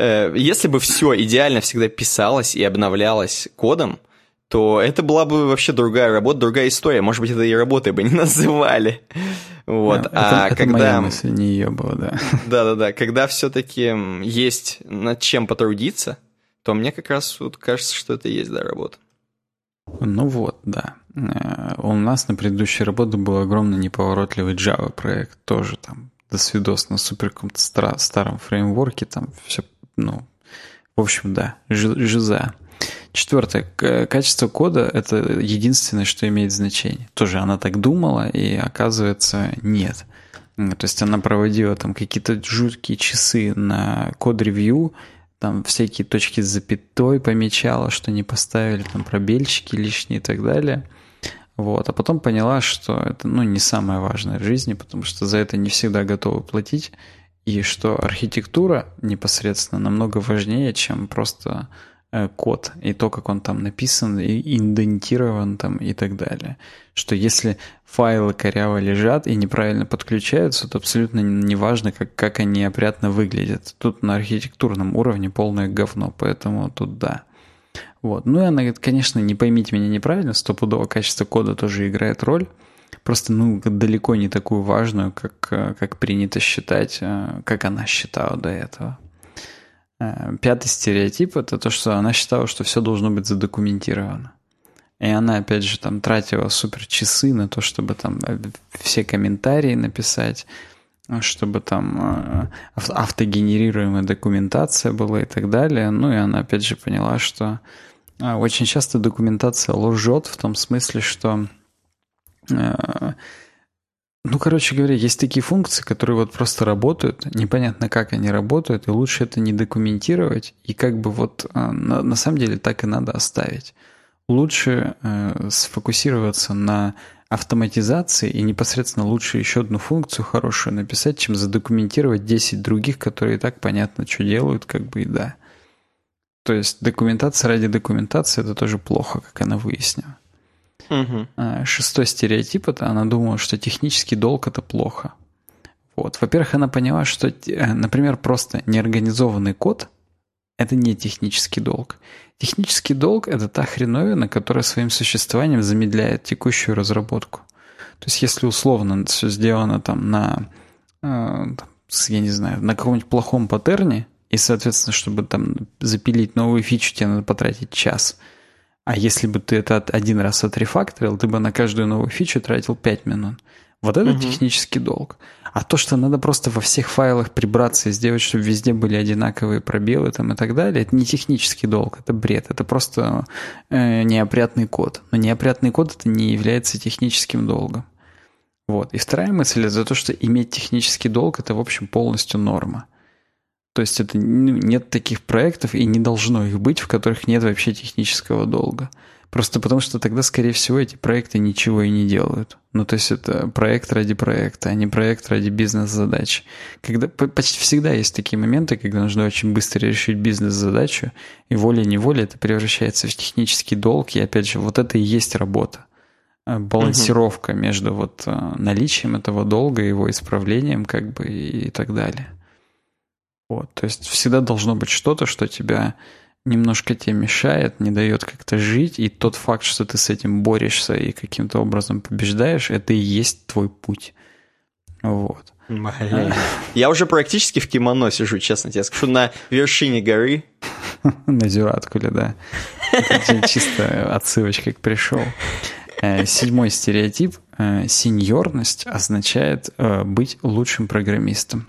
бы все идеально всегда писалось и обновлялось кодом, то это была бы вообще другая работа, другая история. Может быть, это и работой бы не называли. Вот. Это когда... моя мысль, не ее была, да. Да. Когда все-таки есть над чем потрудиться, то мне как раз кажется, что это и есть, да, работа. Да. У нас на предыдущей работе был огромный неповоротливый Java проект, тоже там досвидос на супер каком-то старом фреймворке, там все, в общем, да, жиза. Четвертое. Качество кода – это единственное, что имеет значение. Тоже она так думала, и оказывается, нет. То есть она проводила там какие-то жуткие часы на код-ревью, там всякие точки с запятой помечала, что не поставили, там пробельчики лишние и так далее. Вот. А потом поняла, что это не самое важное в жизни, потому что за это не всегда готовы платить, и что архитектура непосредственно намного важнее, чем просто код, и то, как он там написан, и индентирован там и так далее. Что если файлы коряво лежат и неправильно подключаются, то абсолютно не важно, как они опрятно выглядят. Тут на архитектурном уровне полное говно, поэтому тут да. Вот. И она говорит, конечно, не поймите меня неправильно, стопудово качество кода тоже играет роль, просто далеко не такую важную, как принято считать, как она считала до этого. Пятый стереотип – это то, что она считала, что все должно быть задокументировано. И она, опять же, там тратила супер часы на то, чтобы там все комментарии написать, чтобы там автогенерируемая документация была и так далее. И она, опять же, поняла, что очень часто документация лжет в том смысле, что... короче говоря, есть такие функции, которые просто работают, непонятно, как они работают, и лучше это не документировать, и на самом деле так и надо оставить. Лучше сфокусироваться на автоматизации и непосредственно лучше еще одну функцию хорошую написать, чем задокументировать 10 других, которые и так понятно, что делают, и да. То есть документация ради документации – это тоже плохо, как она выяснила. Шестой стереотип – это она думала, что технический долг – это плохо. Вот. Во-первых, она поняла, что, например, просто неорганизованный код – это не технический долг. Технический долг – это та хреновина, которая своим существованием замедляет текущую разработку. То есть, если условно все сделано там на каком-нибудь плохом паттерне, и, соответственно, чтобы там запилить новую фичу, тебе надо потратить час. А если бы ты это один раз отрефакторил, ты бы на каждую новую фичу тратил 5 минут. Вот это технический долг. А то, что надо просто во всех файлах прибраться и сделать, чтобы везде были одинаковые пробелы там, и так далее, это не технический долг, это бред. Это просто неопрятный код. Но неопрятный код это не является техническим долгом. Вот. И вторая мысль это то, что иметь технический долг это, в общем, полностью норма. То есть это нет таких проектов и не должно их быть, в которых нет вообще технического долга. Просто потому, что тогда, скорее всего, эти проекты ничего и не делают. Ну, то есть это проект ради проекта, а не проект ради бизнес-задач. Когда почти всегда есть такие моменты, когда нужно очень быстро решить бизнес-задачу, и волей-неволей это превращается в технический долг, и опять же, вот это и есть работа. Балансировка между вот наличием этого долга, его исправлением, как бы, и так далее. Вот, то есть всегда должно быть что-то, что тебя немножко тебе мешает, не дает как-то жить, и тот факт, что ты с этим борешься и каким-то образом побеждаешь, это и есть твой путь. Вот. Я уже практически в кимоно сижу, честно тебе скажу, на вершине горы. На Зюраткуле, да. Это чисто отсылочка к пришел. 7-й стереотип. Сеньорность означает быть лучшим программистом.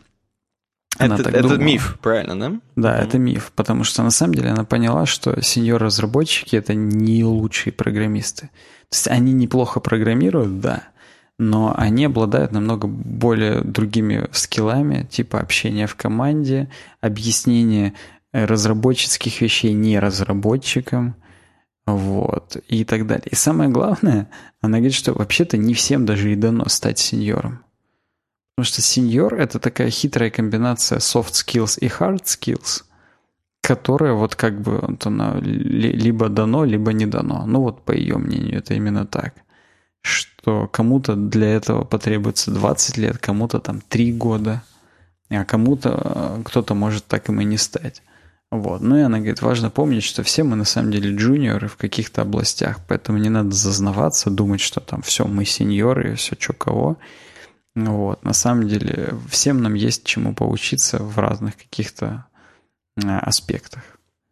Это миф, правильно, да? Да, это миф, потому что на самом деле она поняла, что сеньор-разработчики — это не лучшие программисты. То есть они неплохо программируют, да, но они обладают намного более другими скиллами, типа общения в команде, объяснение разработческих вещей не разработчикам, вот, и так далее. И самое главное, она говорит, что вообще-то не всем даже и дано стать сеньором. Потому что сеньор — это такая хитрая комбинация soft skills и hard skills, которая вот как бы вот она либо дано, либо не дано. Ну вот по ее мнению это именно так. Что кому-то для этого потребуется 20 лет, кому-то там 3 года, а кому-то кто-то может так им и не стать. Вот. Ну и она говорит, важно помнить, что все мы на самом деле джуниоры в каких-то областях, поэтому не надо зазнаваться, думать, что там все, мы сеньоры, все, что кого. Вот. На самом деле всем нам есть чему поучиться в разных каких-то аспектах.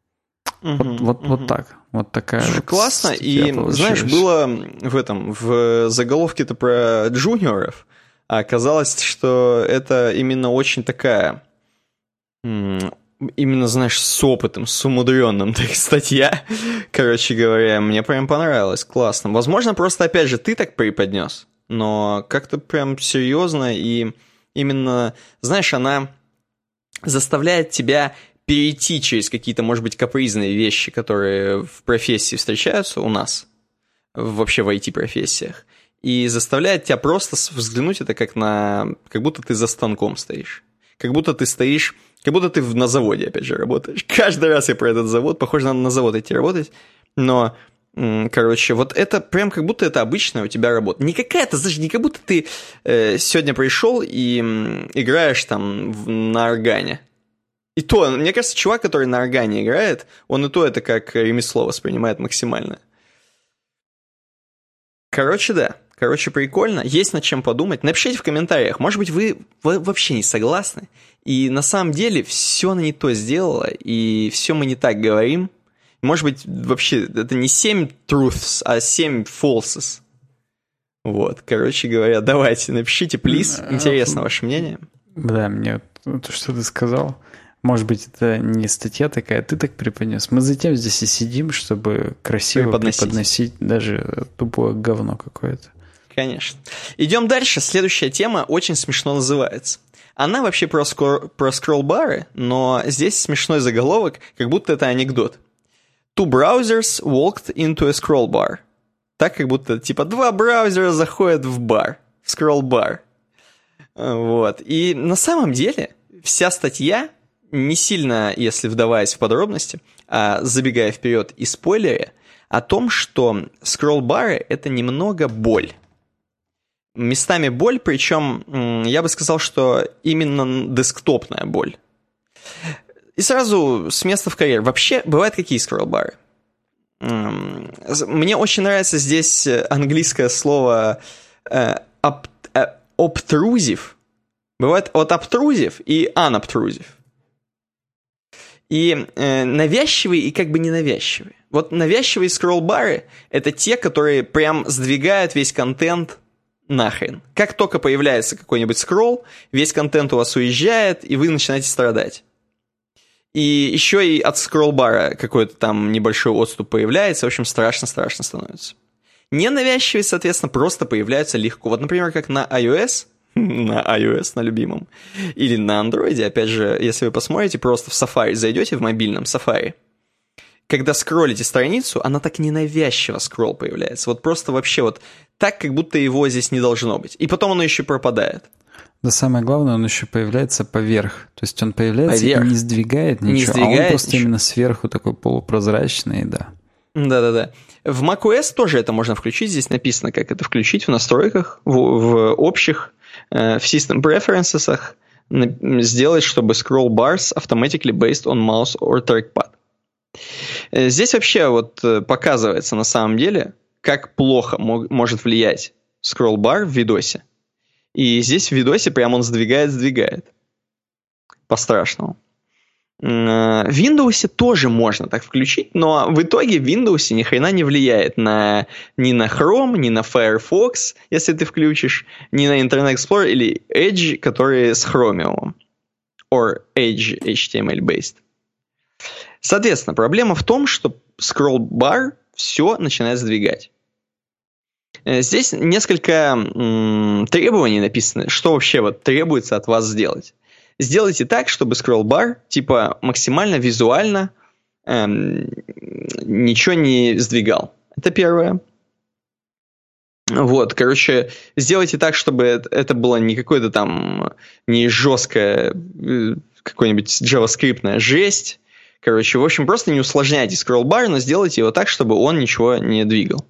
Вот так. Вот такая. Слушай, вот классно. И знаешь, было в заголовке-то про джуниоров, а оказалось, что это именно очень такая, именно, знаешь, с опытом, с умудренным, так, статья. Короче говоря, мне прям понравилось. Классно. Возможно, просто, опять же, ты так преподнес. Но как-то прям серьезно, и именно, знаешь, она заставляет тебя перейти через какие-то, может быть, капризные вещи, которые в профессии встречаются у нас, вообще в IT-профессиях, и заставляет тебя просто взглянуть это как будто ты за станком стоишь, как будто ты стоишь, как будто ты на заводе, опять же, работаешь. Каждый раз я про этот завод, похоже, надо на завод идти работать, но... Короче, вот это прям как будто это обычная у тебя работа. Не какая-то, знаешь, не как будто ты сегодня пришел и играешь там на органе. И то, мне кажется, чувак, который на органе играет, он и то это как ремесло воспринимает максимально. Короче, да. Короче, прикольно. Есть над чем подумать. Напишите в комментариях. Может быть, вы вообще не согласны. И на самом деле все она не то сделала, и все мы не так говорим. Может быть, вообще, это не 7 truths, а 7 falses. Вот, короче говоря, давайте, напишите, плиз. Интересно ваше мнение. Да, мне то, что ты сказал, может быть, это не статья такая, ты так преподнес. Мы затем здесь и сидим, чтобы красиво преподносить даже тупое говно какое-то. Конечно. Идем дальше. Следующая тема очень смешно называется. Она вообще про скролл-бары, но здесь смешной заголовок, как будто это анекдот. Two browsers walked into a scroll bar. Так, как будто, типа, 2 браузера заходят в бар, в скролл-бар. Вот. И на самом деле вся статья, не сильно, если вдаваясь в подробности, а забегая вперед и спойлеря, о том, что скролл-бары — это немного боль. Местами боль, причем я бы сказал, что именно десктопная боль. И сразу с места в карьер. Вообще, бывают какие скролл-бары? Мне очень нравится здесь английское слово obtrusive. Бывает от obtrusive и unobtrusive. И навязчивые и как бы ненавязчивые. Вот навязчивые скролл-бары — это те, которые прям сдвигают весь контент нахрен. Как только появляется какой-нибудь скролл, весь контент у вас уезжает, и вы начинаете страдать. И еще и от скролл-бара какой-то там небольшой отступ появляется, в общем, страшно-страшно становится. Ненавязчивые, соответственно, просто появляются легко. Вот, например, как на iOS, на любимом, или на Android, опять же, если вы посмотрите, просто в Safari зайдете, в мобильном Safari, когда скроллите страницу, она так ненавязчиво скролл появляется. Вот просто вообще вот так, как будто его здесь не должно быть. И потом оно еще пропадает. Да самое главное, он еще появляется поверх. То есть он появляется и не сдвигает ничего, а он просто именно сверху такой полупрозрачный, да. Да-да-да. В macOS тоже это можно включить. Здесь написано, как это включить в настройках, в общих, в System Preferences, сделать, чтобы scroll bars automatically based on mouse or trackpad. Здесь вообще вот показывается на самом деле, как плохо может влиять scroll bar в видосе. И здесь в видосе прям он сдвигает. По-страшному. В Windows тоже можно так включить, но в итоге в Windows ни хрена не влияет ни на Chrome, ни на Firefox, если ты включишь, ни на Internet Explorer или Edge, которые с Chromium. Or Edge HTML-based. Соответственно, проблема в том, что scroll-бар все начинает сдвигать. Здесь несколько требований написано, что вообще вот требуется от вас сделать. Сделайте так, чтобы scroll-бар типа максимально визуально ничего не сдвигал. Это первое. Вот, короче, сделайте так, чтобы это было не какое-то там не жесткое какое-нибудь JavaScript-ная жесть. Короче, в общем, просто не усложняйте scroll-бар, но сделайте его так, чтобы он ничего не двигал.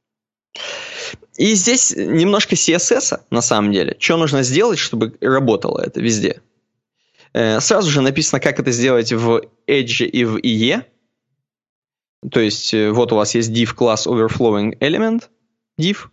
И здесь немножко CSS, на самом деле. Что нужно сделать, чтобы работало это везде? Сразу же написано, как это сделать в Edge и в IE. То есть, вот у вас есть div class overflowing element, div.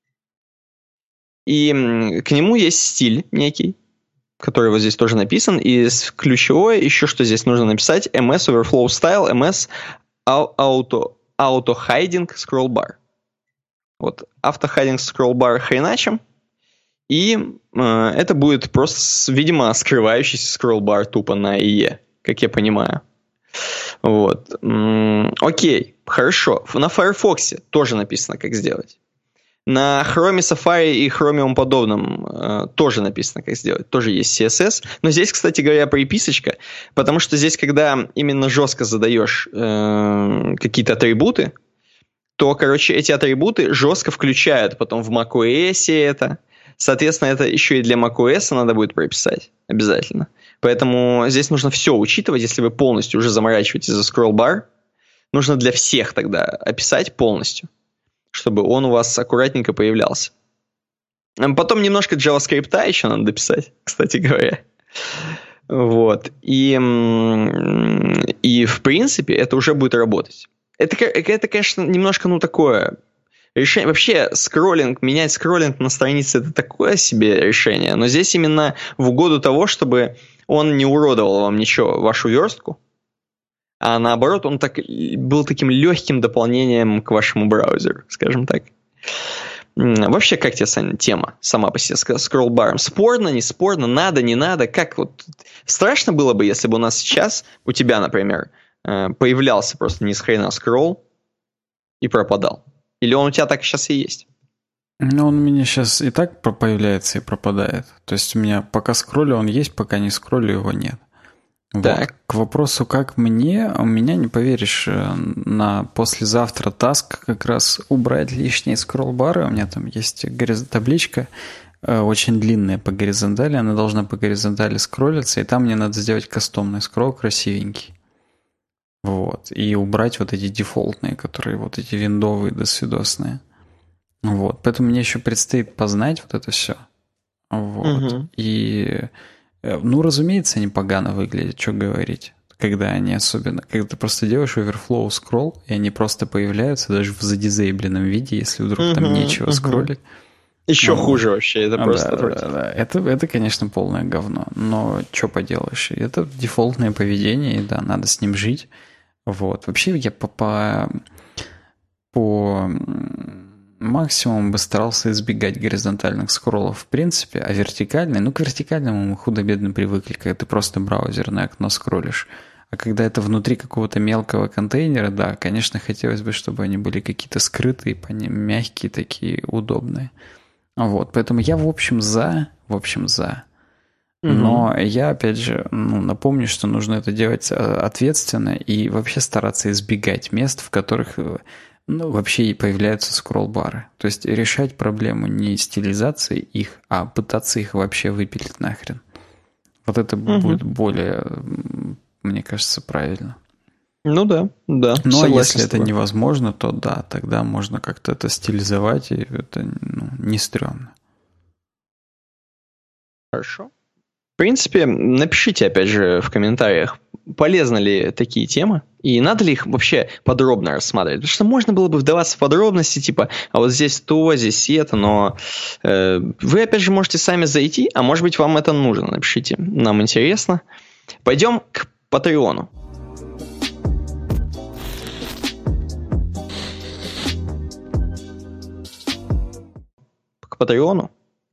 И к нему есть стиль некий, который вот здесь тоже написан. И ключевое еще, что здесь нужно написать, ms overflow style, ms auto hiding scroll bar. Вот, auto-hiding scroll bar хреначим, и это будет просто, видимо, скрывающийся scroll bar тупо на IE, как я понимаю. Вот. Окей, хорошо. На Firefox тоже написано, как сделать. На Chrome, Safari и Chromium подобном тоже написано, как сделать. Тоже есть CSS. Но здесь, кстати говоря, приписочка, потому что здесь, когда именно жестко задаешь какие-то атрибуты, то, короче, эти атрибуты жестко включают потом в macOS это. Соответственно, это еще и для macOS надо будет прописать обязательно. Поэтому здесь нужно все учитывать, если вы полностью уже заморачиваетесь за scroll-бар. Нужно для всех тогда описать полностью, чтобы он у вас аккуратненько появлялся. Потом немножко JavaScript еще надо дописать, кстати говоря. Вот. И в принципе, это уже будет работать. Это, конечно, немножко, такое решение. Вообще, менять скроллинг на странице – это такое себе решение. Но здесь именно в угоду того, чтобы он не уродовал вам ничего, вашу верстку, а наоборот, он был таким легким дополнением к вашему браузеру, скажем так. Вообще, как тебе, Саня, тема сама по себе с скролл-баром? Спорно, не спорно, надо, не надо? Как вот страшно было бы, если бы у нас сейчас, у тебя, например, появлялся просто ни с хрена скролл и пропадал? Или он у тебя так сейчас и есть? Ну, он у меня сейчас и так появляется и пропадает. То есть у меня пока скроллю он есть, пока не скроллю его нет. Так. Вот. К вопросу, как мне, у меня, не поверишь, на послезавтра таск как раз убрать лишние скролл-бары. У меня там есть табличка очень длинная по горизонтали, она должна по горизонтали скроллиться, и там мне надо сделать кастомный скролл красивенький. Вот. И убрать вот эти дефолтные, которые вот эти виндовые досвидосные. Вот. Поэтому мне еще предстоит познать вот это все. Вот. Угу. И, разумеется, они погано выглядят, что говорить. Когда они особенно... Когда ты просто делаешь overflow scroll, и они просто появляются даже в задизейбленном виде, если вдруг там нечего скроллить. Еще хуже вообще, это просто да. Это, конечно, полное говно. Но что поделаешь? Это дефолтное поведение, и да, надо с ним жить. Вот. Вообще, я по максимум бы старался избегать горизонтальных скроллов в принципе, а вертикальный, к вертикальному мы худо-бедно привыкли, когда ты просто браузерное окно скроллишь. А когда это внутри какого-то мелкого контейнера, да, конечно, хотелось бы, чтобы они были какие-то скрытые, мягкие такие, удобные. Вот, поэтому я в общем за. Но я, опять же, напомню, что нужно это делать ответственно и вообще стараться избегать мест, в которых вообще и появляются скролл-бары. То есть решать проблему не стилизацией их, а пытаться их вообще выпилить нахрен. Вот это будет более, мне кажется, правильно. Ну да. Но если это невозможно, то да, тогда можно как-то это стилизовать, и это не стрёмно. Хорошо. В принципе, напишите, опять же, в комментариях, полезны ли такие темы, и надо ли их вообще подробно рассматривать. Потому что можно было бы вдаваться в подробности, типа, а вот здесь то, здесь это, но вы, опять же, можете сами зайти, а может быть, вам это нужно. Напишите, нам интересно. Пойдем к Патреону. К Патреону.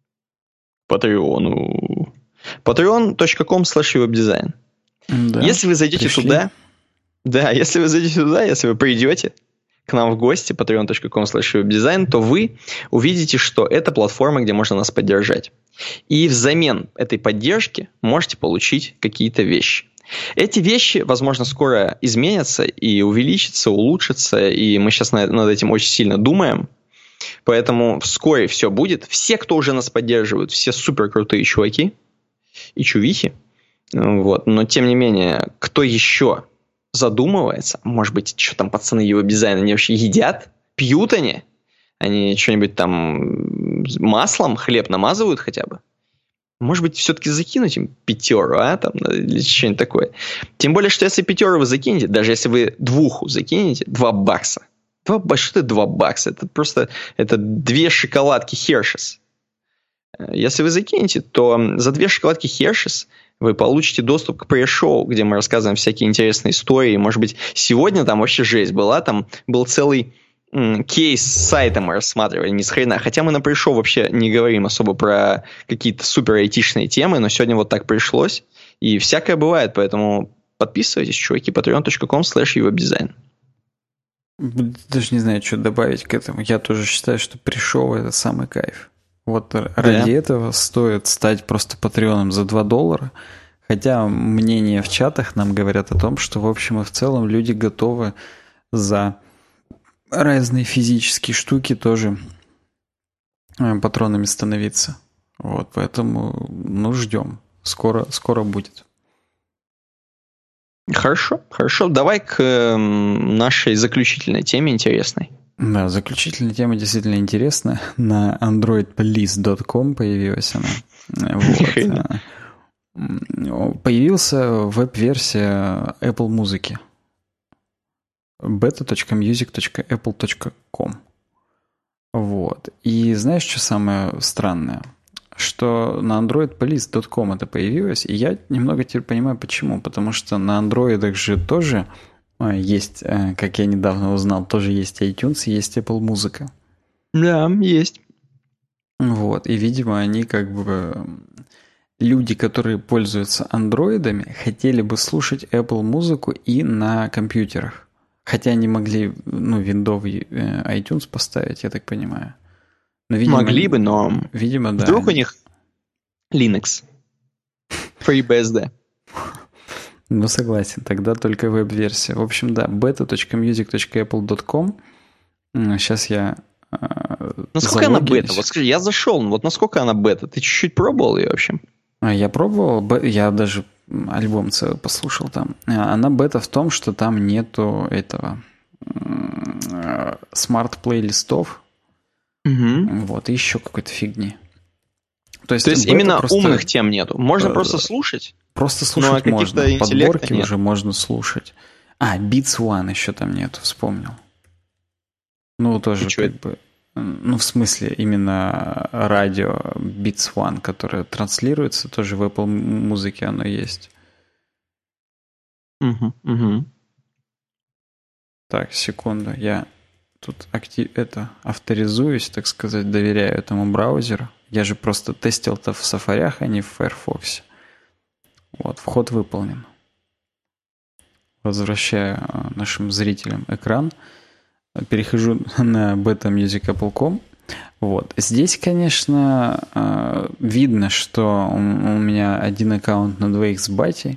patreon.com/webdesign. Да, если вы зайдете туда, если вы придете к нам в гости, patreon.com/webdesign, то вы увидите, что это платформа, где можно нас поддержать. И взамен этой поддержки можете получить какие-то вещи. Эти вещи, возможно, скоро изменятся и увеличатся, улучшатся, и мы сейчас над этим очень сильно думаем. Поэтому вскоре все будет. Все, кто уже нас поддерживают, все супер крутые чуваки и чувихи. Вот. Но, тем не менее, кто еще задумывается, может быть, что там пацаны его дизайна, они вообще едят? Пьют они? Они что-нибудь там маслом хлеб намазывают хотя бы? Может быть, все-таки закинуть им 5, там, или что-нибудь такое. Тем более, что если 5 вы закинете, даже если вы 2 закинете, $2. Что это $2? Это просто 2 шоколадки Hershey's. Если вы закинете, то за 2 шоколадки Hershey's вы получите доступ к пресс-шоу, где мы рассказываем всякие интересные истории. Может быть, сегодня там вообще жесть была. Там был целый кейс сайта мы рассматривали, ни с хрена. Хотя мы на пресс-шоу вообще не говорим особо про какие-то супер айтишные темы, но сегодня вот так пришлось. И всякое бывает, поэтому подписывайтесь, чуваки, patreon.com/webdesign. Даже не знаю, что добавить к этому. Я тоже считаю, что пришел это самый кайф. Вот ради этого стоит стать просто патреоном за $2. Хотя мнения в чатах нам говорят о том, что в общем и в целом люди готовы за разные физические штуки тоже патронами становиться. Вот, поэтому, ждем. Скоро будет. Хорошо. Давай к нашей заключительной теме интересной. Да, заключительная тема действительно интересная. На androidpolice.com появилась она. Вот. Появился веб-версия Apple музыки. beta.music.apple.com. Вот. И знаешь, что самое странное? Что на androidpolice.com это появилось, и я немного теперь понимаю, почему. Потому что на андроидах же тоже есть, как я недавно узнал, тоже есть iTunes и есть Apple Музыка. Да, есть. Вот, и, видимо, они как бы... Люди, которые пользуются андроидами, хотели бы слушать Apple Музыку и на компьютерах. Хотя они могли, виндовый iTunes поставить, я так понимаю. Но, видимо, могли бы, но... Видимо, да. Вдруг у них Linux. FreeBSD. Согласен, тогда только веб-версия. В общем, да, beta.music.apple.com. Сейчас я насколько она бета? Вот скажи, я зашел, вот насколько она бета? Ты чуть-чуть пробовал ее вообще? Я пробовал, я даже альбом целый послушал там. Она бета в том, что там нету этого смарт-плейлистов. Вот, и еще какой-то фигни. То есть именно просто... умных тем нету. Можно просто слушать? Просто слушать можно. Подборки уже можно слушать. Beats One еще там нету, вспомнил. Тоже как бы... в смысле, именно радио Beats One, которое транслируется, тоже в Apple музыке оно есть. Так, секунду, я тут авторизуюсь, так сказать, доверяю этому браузеру. Я же просто тестил-то в Safari, а не в Firefox. Вот, вход выполнен. Возвращаю нашим зрителям экран. Перехожу на beta-music.apple.com. Вот. Здесь, конечно, видно, что у меня один аккаунт на двоих с батей.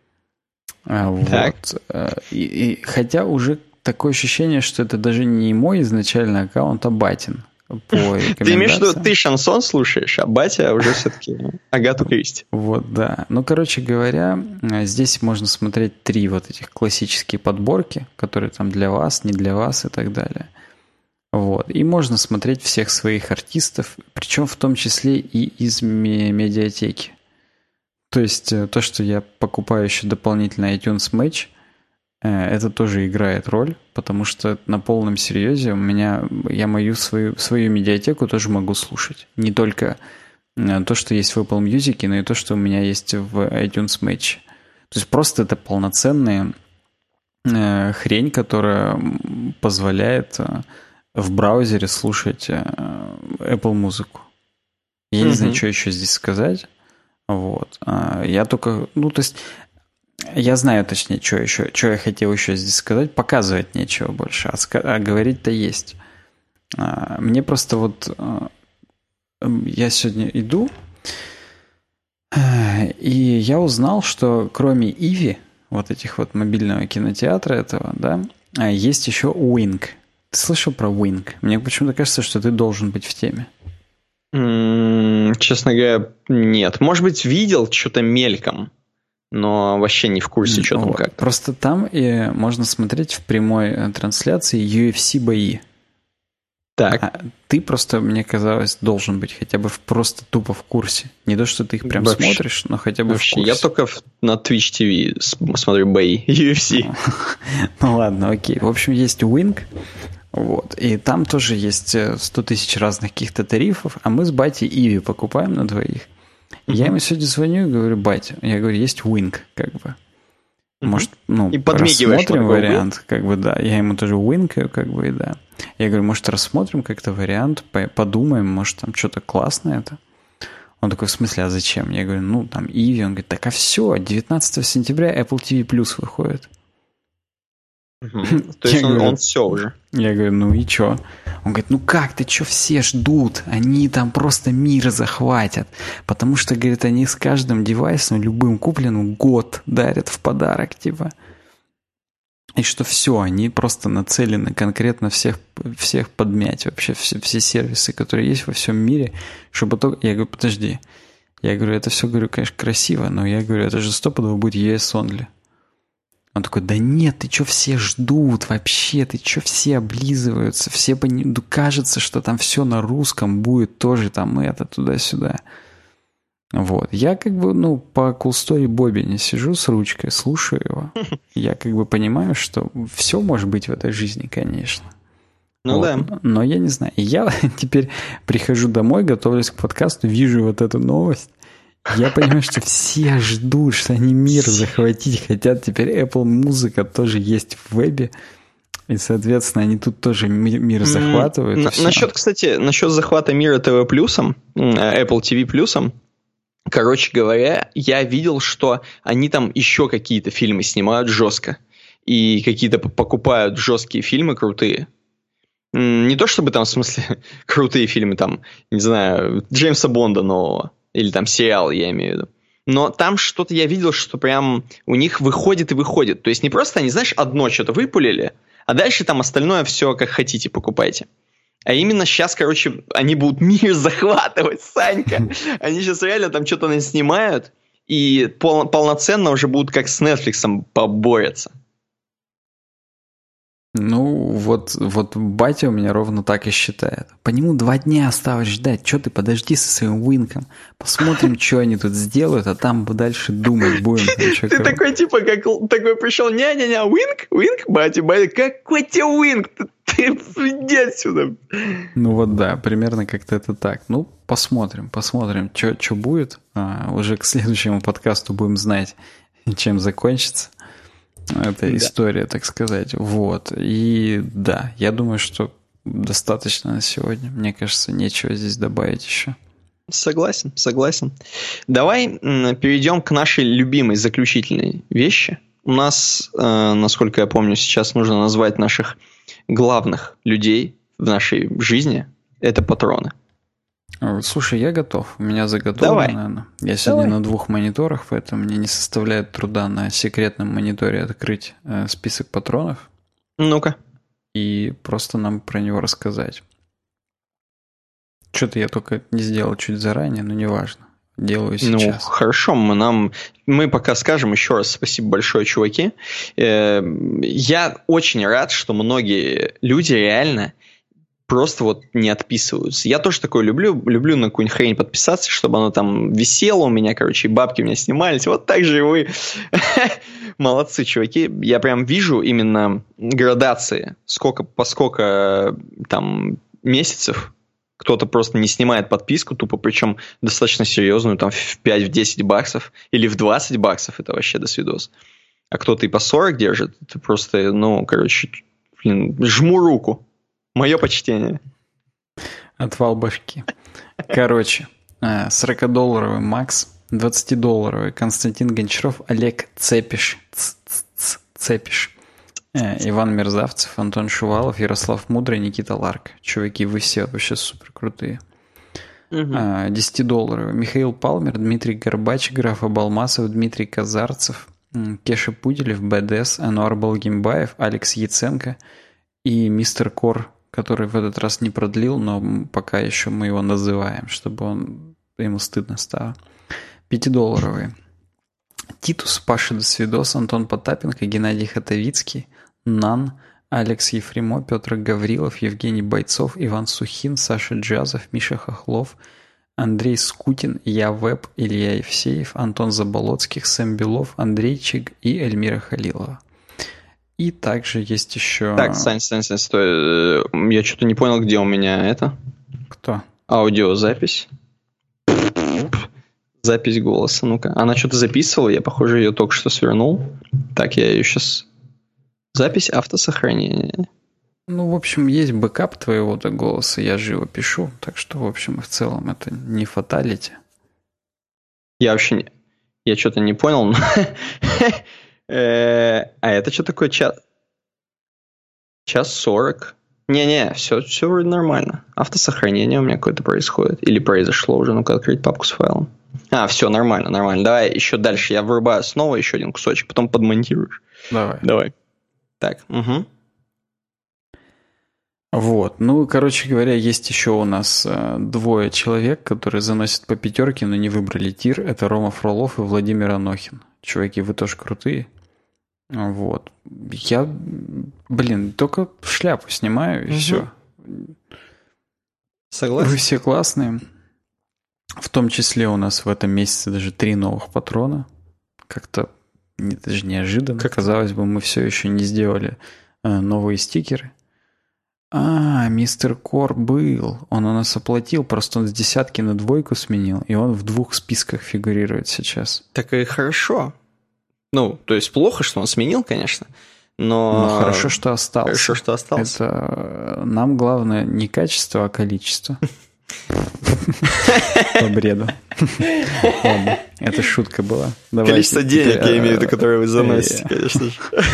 Вот. И хотя уже такое ощущение, что это даже не мой изначальный аккаунт, а батин. Ты имеешь в виду, ты шансон слушаешь, а батя уже все-таки Агату Кристи. Вот, да. Ну, короче говоря, здесь можно смотреть 3 вот этих классические подборки, которые там для вас, не для вас и так далее. Вот. И можно смотреть всех своих артистов, причем в том числе и из медиатеки. То есть то, что я покупаю еще дополнительно iTunes Match, это тоже играет роль, потому что на полном серьезе я мою свою медиатеку тоже могу слушать. Не только то, что есть в Apple Music, но и то, что у меня есть в iTunes Match. То есть просто это полноценная хрень, которая позволяет в браузере слушать Apple музыку. Я не знаю, что еще здесь сказать. Вот. Я только... Ну, то есть... Я знаю, точнее, что я хотел еще здесь сказать. Показывать нечего больше, а говорить-то есть. Мне просто вот... Я сегодня иду, и я узнал, что кроме Иви, вот этих вот мобильного кинотеатра этого, да, есть еще Wink. Ты слышал про Wink? Мне почему-то кажется, что ты должен быть в теме. Честно говоря, нет. Может быть, видел что-то мельком, но вообще не в курсе, что там вот. как-то. Просто там и можно смотреть в прямой трансляции UFC бои. Так. А ты просто, мне казалось, должен быть хотя бы просто тупо в курсе. Не то, что ты их прям вообще смотришь, но хотя бы вообще в курсе. Я только на Twitch TV смотрю бои UFC. Ну ладно, окей. В общем, есть Wink. Вот. И там тоже есть 100 тысяч разных каких-то тарифов, а мы с батей Иви покупаем на двоих. Я ему сегодня звоню и говорю: батя, я говорю, есть Wink, как бы. Может, и рассмотрим вариант, как бы, да. Я ему тоже уинкаю, как бы, и да. Я говорю, может, рассмотрим как-то вариант, подумаем, может, там что-то классное это. Он такой, в смысле, а зачем? Я говорю, ну, там, Иви. Он говорит, так, а все, 19 сентября Apple TV Plus выходит. То есть он все уже. Я говорю, ну и чё? Он говорит, ну как ты, чё, все ждут? Они там просто мир захватят. Потому что, говорит, они с каждым девайсом, любым купленным, год дарят в подарок, типа. И что все, они просто нацелены конкретно всех подмять, вообще все сервисы, которые есть во всем мире, чтобы только... Я говорю, подожди. Я говорю, это все, говорю, конечно, красиво, но я говорю, это же стопудово будет US only. Он такой, да нет, ты что, все ждут вообще, ты что, все облизываются, все кажется, что там все на русском будет тоже там это, туда-сюда. Вот. Я как бы, ну, по Cool Story Бобби сижу с ручкой, слушаю его. Я как бы понимаю, что все может быть в этой жизни, конечно. Ну вот. Да. Но я не знаю. И я теперь прихожу домой, готовлюсь к подкасту, вижу вот эту новость. Я понимаю, что все ждут, что они мир захватить хотят. Теперь Apple музыка тоже есть в вебе. И, соответственно, они тут тоже мир захватывают. Насчет захвата мира ТВ плюсом, Apple TV плюсом, короче говоря, я видел, что они там еще какие-то фильмы снимают жестко. И какие-то покупают жесткие фильмы крутые. Не то чтобы там, в смысле, крутые фильмы, там, не знаю, Джеймса Бонда нового. Или там сериал, я имею в виду. Но там что-то я видел, что прям у них выходит и выходит. То есть не просто они, знаешь, одно что-то выпулили, а дальше там остальное все как хотите покупайте. А именно сейчас, короче, они будут мир захватывать, Санька. Они сейчас реально там что-то снимают и полноценно уже будут как с Netflix поборются. Ну, вот батя у меня ровно так и считает. По нему 2 дня осталось ждать. Че ты, подожди со своим Уинком. Посмотрим, что они тут сделают, а там дальше думать будем. Ты такой, типа, как такой пришел, не-не-не, Уинк, батя, какой тебе Уинк? Ты иди отсюда. Ну вот да, примерно как-то это так. Ну, посмотрим, что будет. Уже к следующему подкасту будем знать, чем закончится. Это история, так сказать. Вот. И да, я думаю, что достаточно на сегодня. Мне кажется, нечего здесь добавить еще. Согласен. Давай перейдем к нашей любимой заключительной вещи. У нас, насколько я помню, сейчас нужно назвать наших главных людей в нашей жизни. Это патроны. Слушай, я готов. У меня заготовлено, наверное. Я сегодня на 2 мониторах, поэтому мне не составляет труда на секретном мониторе открыть список патронов. Ну-ка. И просто нам про него рассказать. Что-то я только не сделал чуть заранее, но неважно. Делаю сейчас. Ну, хорошо, мы пока скажем еще раз спасибо большое, чуваки. Я очень рад, что многие люди реально просто вот не отписываются. Я тоже такое люблю на какую-нибудь хрень подписаться, чтобы оно там висело у меня, короче, и бабки у меня снимались. Вот так же и вы. Молодцы, чуваки. Я прям вижу именно градации, сколько там месяцев кто-то просто не снимает подписку тупо, причем достаточно серьезную, там в 5-10 баксов или в 20 баксов, это вообще досвидос. А кто-то и по 40 держит, это просто, жму руку. Мое почтение. Отвал башки. Короче, 40-долларовый Макс, 20-долларовый Константин Гончаров, Олег Цепиш, Иван Мерзавцев, Антон Шувалов, Ярослав Мудрый, Никита Ларк. Чуваки, вы все вообще супер крутые. 10-долларовый Михаил Палмер, Дмитрий Горбач, Граф Абалмасов, Дмитрий Казарцев, Кеша Пуделев, БДС, Ануар Балгимбаев, Алекс Яценко и мистер Кор, который в этот раз не продлил, но пока еще мы его называем, чтобы ему стыдно стало. 5-долларовые Титус, Паша Досвидос, Антон Потапенко, Геннадий Хатовицкий, Нан, Алекс Ефремо, Петр Гаврилов, Евгений Бойцов, Иван Сухин, Саша Джазов, Миша Хохлов, Андрей Скутин, Я Веб, Илья Евсеев, Антон Заболоцких, Сэм Белов, Андрей Чиг и Эльмира Халилова. И также есть еще... Так, Сань, стой. Я что-то не понял, где у меня это. Кто? Аудиозапись. Запись голоса. Ну-ка. Она что-то записывала, я, похоже, ее только что свернул. Так, я ее сейчас... Запись автосохранения. Ну, в общем, есть бэкап твоего-то голоса, я же его пишу, так что, в общем, в целом это не фаталити. Я вообще не... Я что-то не понял. А это что такое час 40? Не, все вроде нормально. Автосохранение у меня какое-то происходит. Или произошло уже. Ну-ка, открыть папку с файлом. Все, нормально. Давай еще дальше. Я вырубаю снова еще один кусочек, потом подмонтируешь. Давай. Так, угу. Вот, короче говоря, есть еще у нас 2 человек, которые заносят по 5, но не выбрали тир. Это Рома Фролов и Владимир Анохин. Чуваки, вы тоже крутые. Вот. Я, только шляпу снимаю, и все. Согласен. Вы все классные. В том числе у нас в этом месяце даже 3 новых патрона. Как-то даже неожиданно. Казалось бы, мы все еще не сделали новые стикеры. Мистер Кор был. Он у нас оплатил, просто он с 10 на 2 сменил, и он в 2 списках фигурирует сейчас. Так и хорошо. То есть плохо, что он сменил, конечно, но... хорошо, что остался. Хорошо, что остался. Это нам главное не качество, а количество. По бреду. Ладно, это шутка была. Количество денег, я имею в виду, которые вы заносите, конечно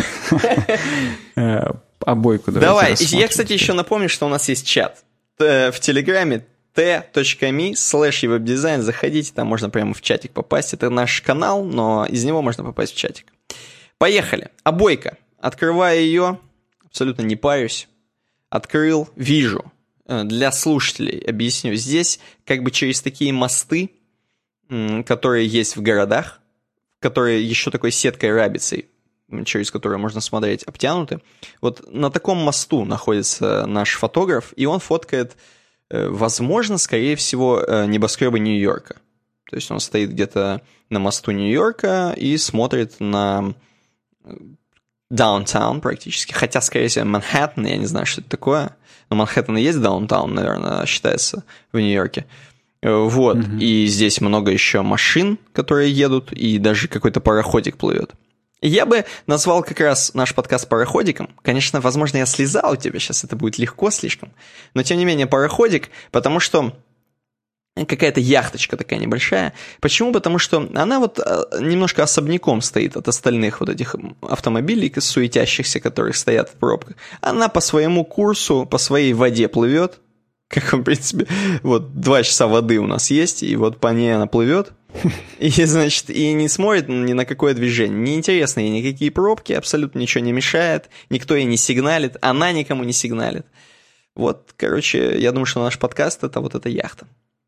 же. Обойку давай. Я, кстати, еще напомню, что у нас есть чат в Телеграме t.me/webdesign. Заходите, там можно прямо в чатик попасть. Это наш канал, но из него можно попасть в чатик. Поехали. Обойка. Открываю ее, абсолютно не парюсь. Открыл, вижу. Для слушателей объясню. Здесь как бы через такие мосты, которые есть в городах, которые еще такой сеткой рабицей, через которую можно смотреть, обтянуты. Вот на таком мосту находится наш фотограф, и он фоткает, возможно, скорее всего, небоскребы Нью-Йорка. То есть он стоит где-то на мосту Нью-Йорка и смотрит на даунтаун практически. Хотя, скорее всего, Манхэттен, я не знаю, что это такое. Но Манхэттен и есть даунтаун, наверное, считается в Нью-Йорке. Вот. И здесь много еще машин, которые едут, и даже какой-то пароходик плывет. Я бы назвал как раз наш подкаст пароходиком. Конечно, возможно, я слезал у тебя сейчас, это будет легко слишком. Но, тем не менее, пароходик, потому что какая-то яхточка такая небольшая. Почему? Потому что она вот немножко особняком стоит от остальных вот этих автомобилей, суетящихся, которые стоят в пробках. Она по своему курсу, по своей воде плывет. Как, в принципе, вот 2 часа воды у нас есть, и вот по ней она плывет. И, значит, и не смотрит ни на какое движение. Неинтересно ей никакие пробки, абсолютно ничего не мешает, никто ей не сигналит, она никому не сигналит. Вот, короче, я думаю, что наш подкаст — это вот эта яхта.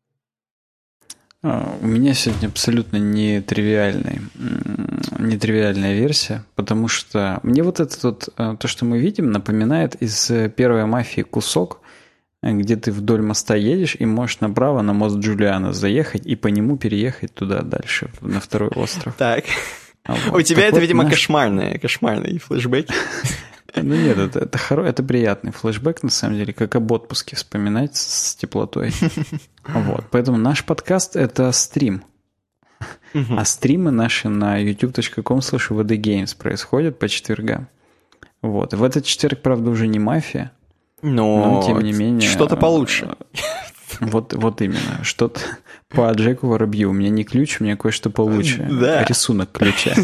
У меня сегодня абсолютно нетривиальная версия, потому что мне вот это вот, то, что мы видим, напоминает из первой «Мафии» кусок, где ты вдоль моста едешь и можешь направо на мост Джулиана заехать и по нему переехать туда дальше, на второй остров. Так. Вот. У тебя это, видимо, кошмарные флешбеки. Ну нет, это приятный флешбэк, на самом деле, как об отпуске вспоминать с теплотой. Вот, поэтому наш подкаст — это стрим. А стримы наши на youtube.com/vdgames происходят по четвергам. Вот, в этот четверг, правда, уже не «Мафия», но тем не менее... Что-то получше. Вот именно. Что-то по Джеку Воробью. У меня не ключ, у меня кое-что получше. Да. Рисунок ключа.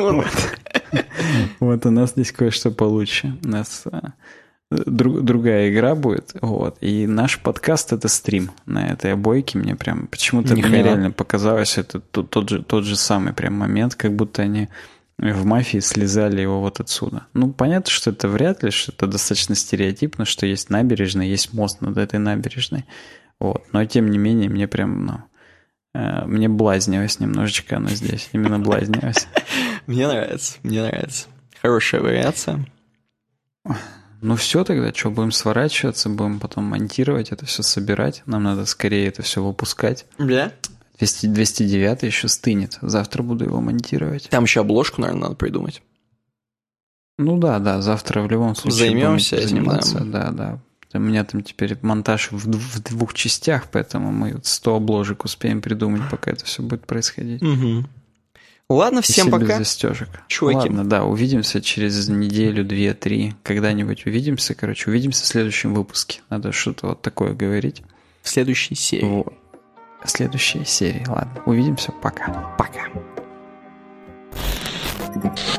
Вот у нас здесь кое-что получше. У нас другая игра будет. Вот. И наш подкаст — это стрим на этой обойке. Мне прям почему-то реально показалось, это тот же самый прям момент, как будто они в «Мафии» слезали его вот отсюда. Ну, понятно, что это вряд ли, что это достаточно стереотипно, что есть набережная, есть мост над этой набережной. Вот. Но, тем не менее, мне прям, мне блазнилось немножечко оно здесь. Именно блазнилось. Мне нравится. Хорошая вариация. Ну, все тогда, что, будем сворачиваться, будем потом монтировать это все, собирать. Нам надо скорее это все выпускать. Да? 209 еще стынет. Завтра буду его монтировать. Там еще обложку, наверное, надо придумать. Ну да, завтра в любом случае займемся будем заниматься. этим, Да. У меня там теперь монтаж в 2 частях, поэтому мы 100 обложек успеем придумать, пока это все будет происходить. Угу. Ладно, всем пока. Без застежек. Чуваки. Ладно, да, увидимся через неделю, 2-3. Когда-нибудь увидимся. Увидимся в следующем выпуске. Надо что-то вот такое говорить. В следующей серии. Вот. В следующей серии. Ладно, увидимся. Пока. Пока.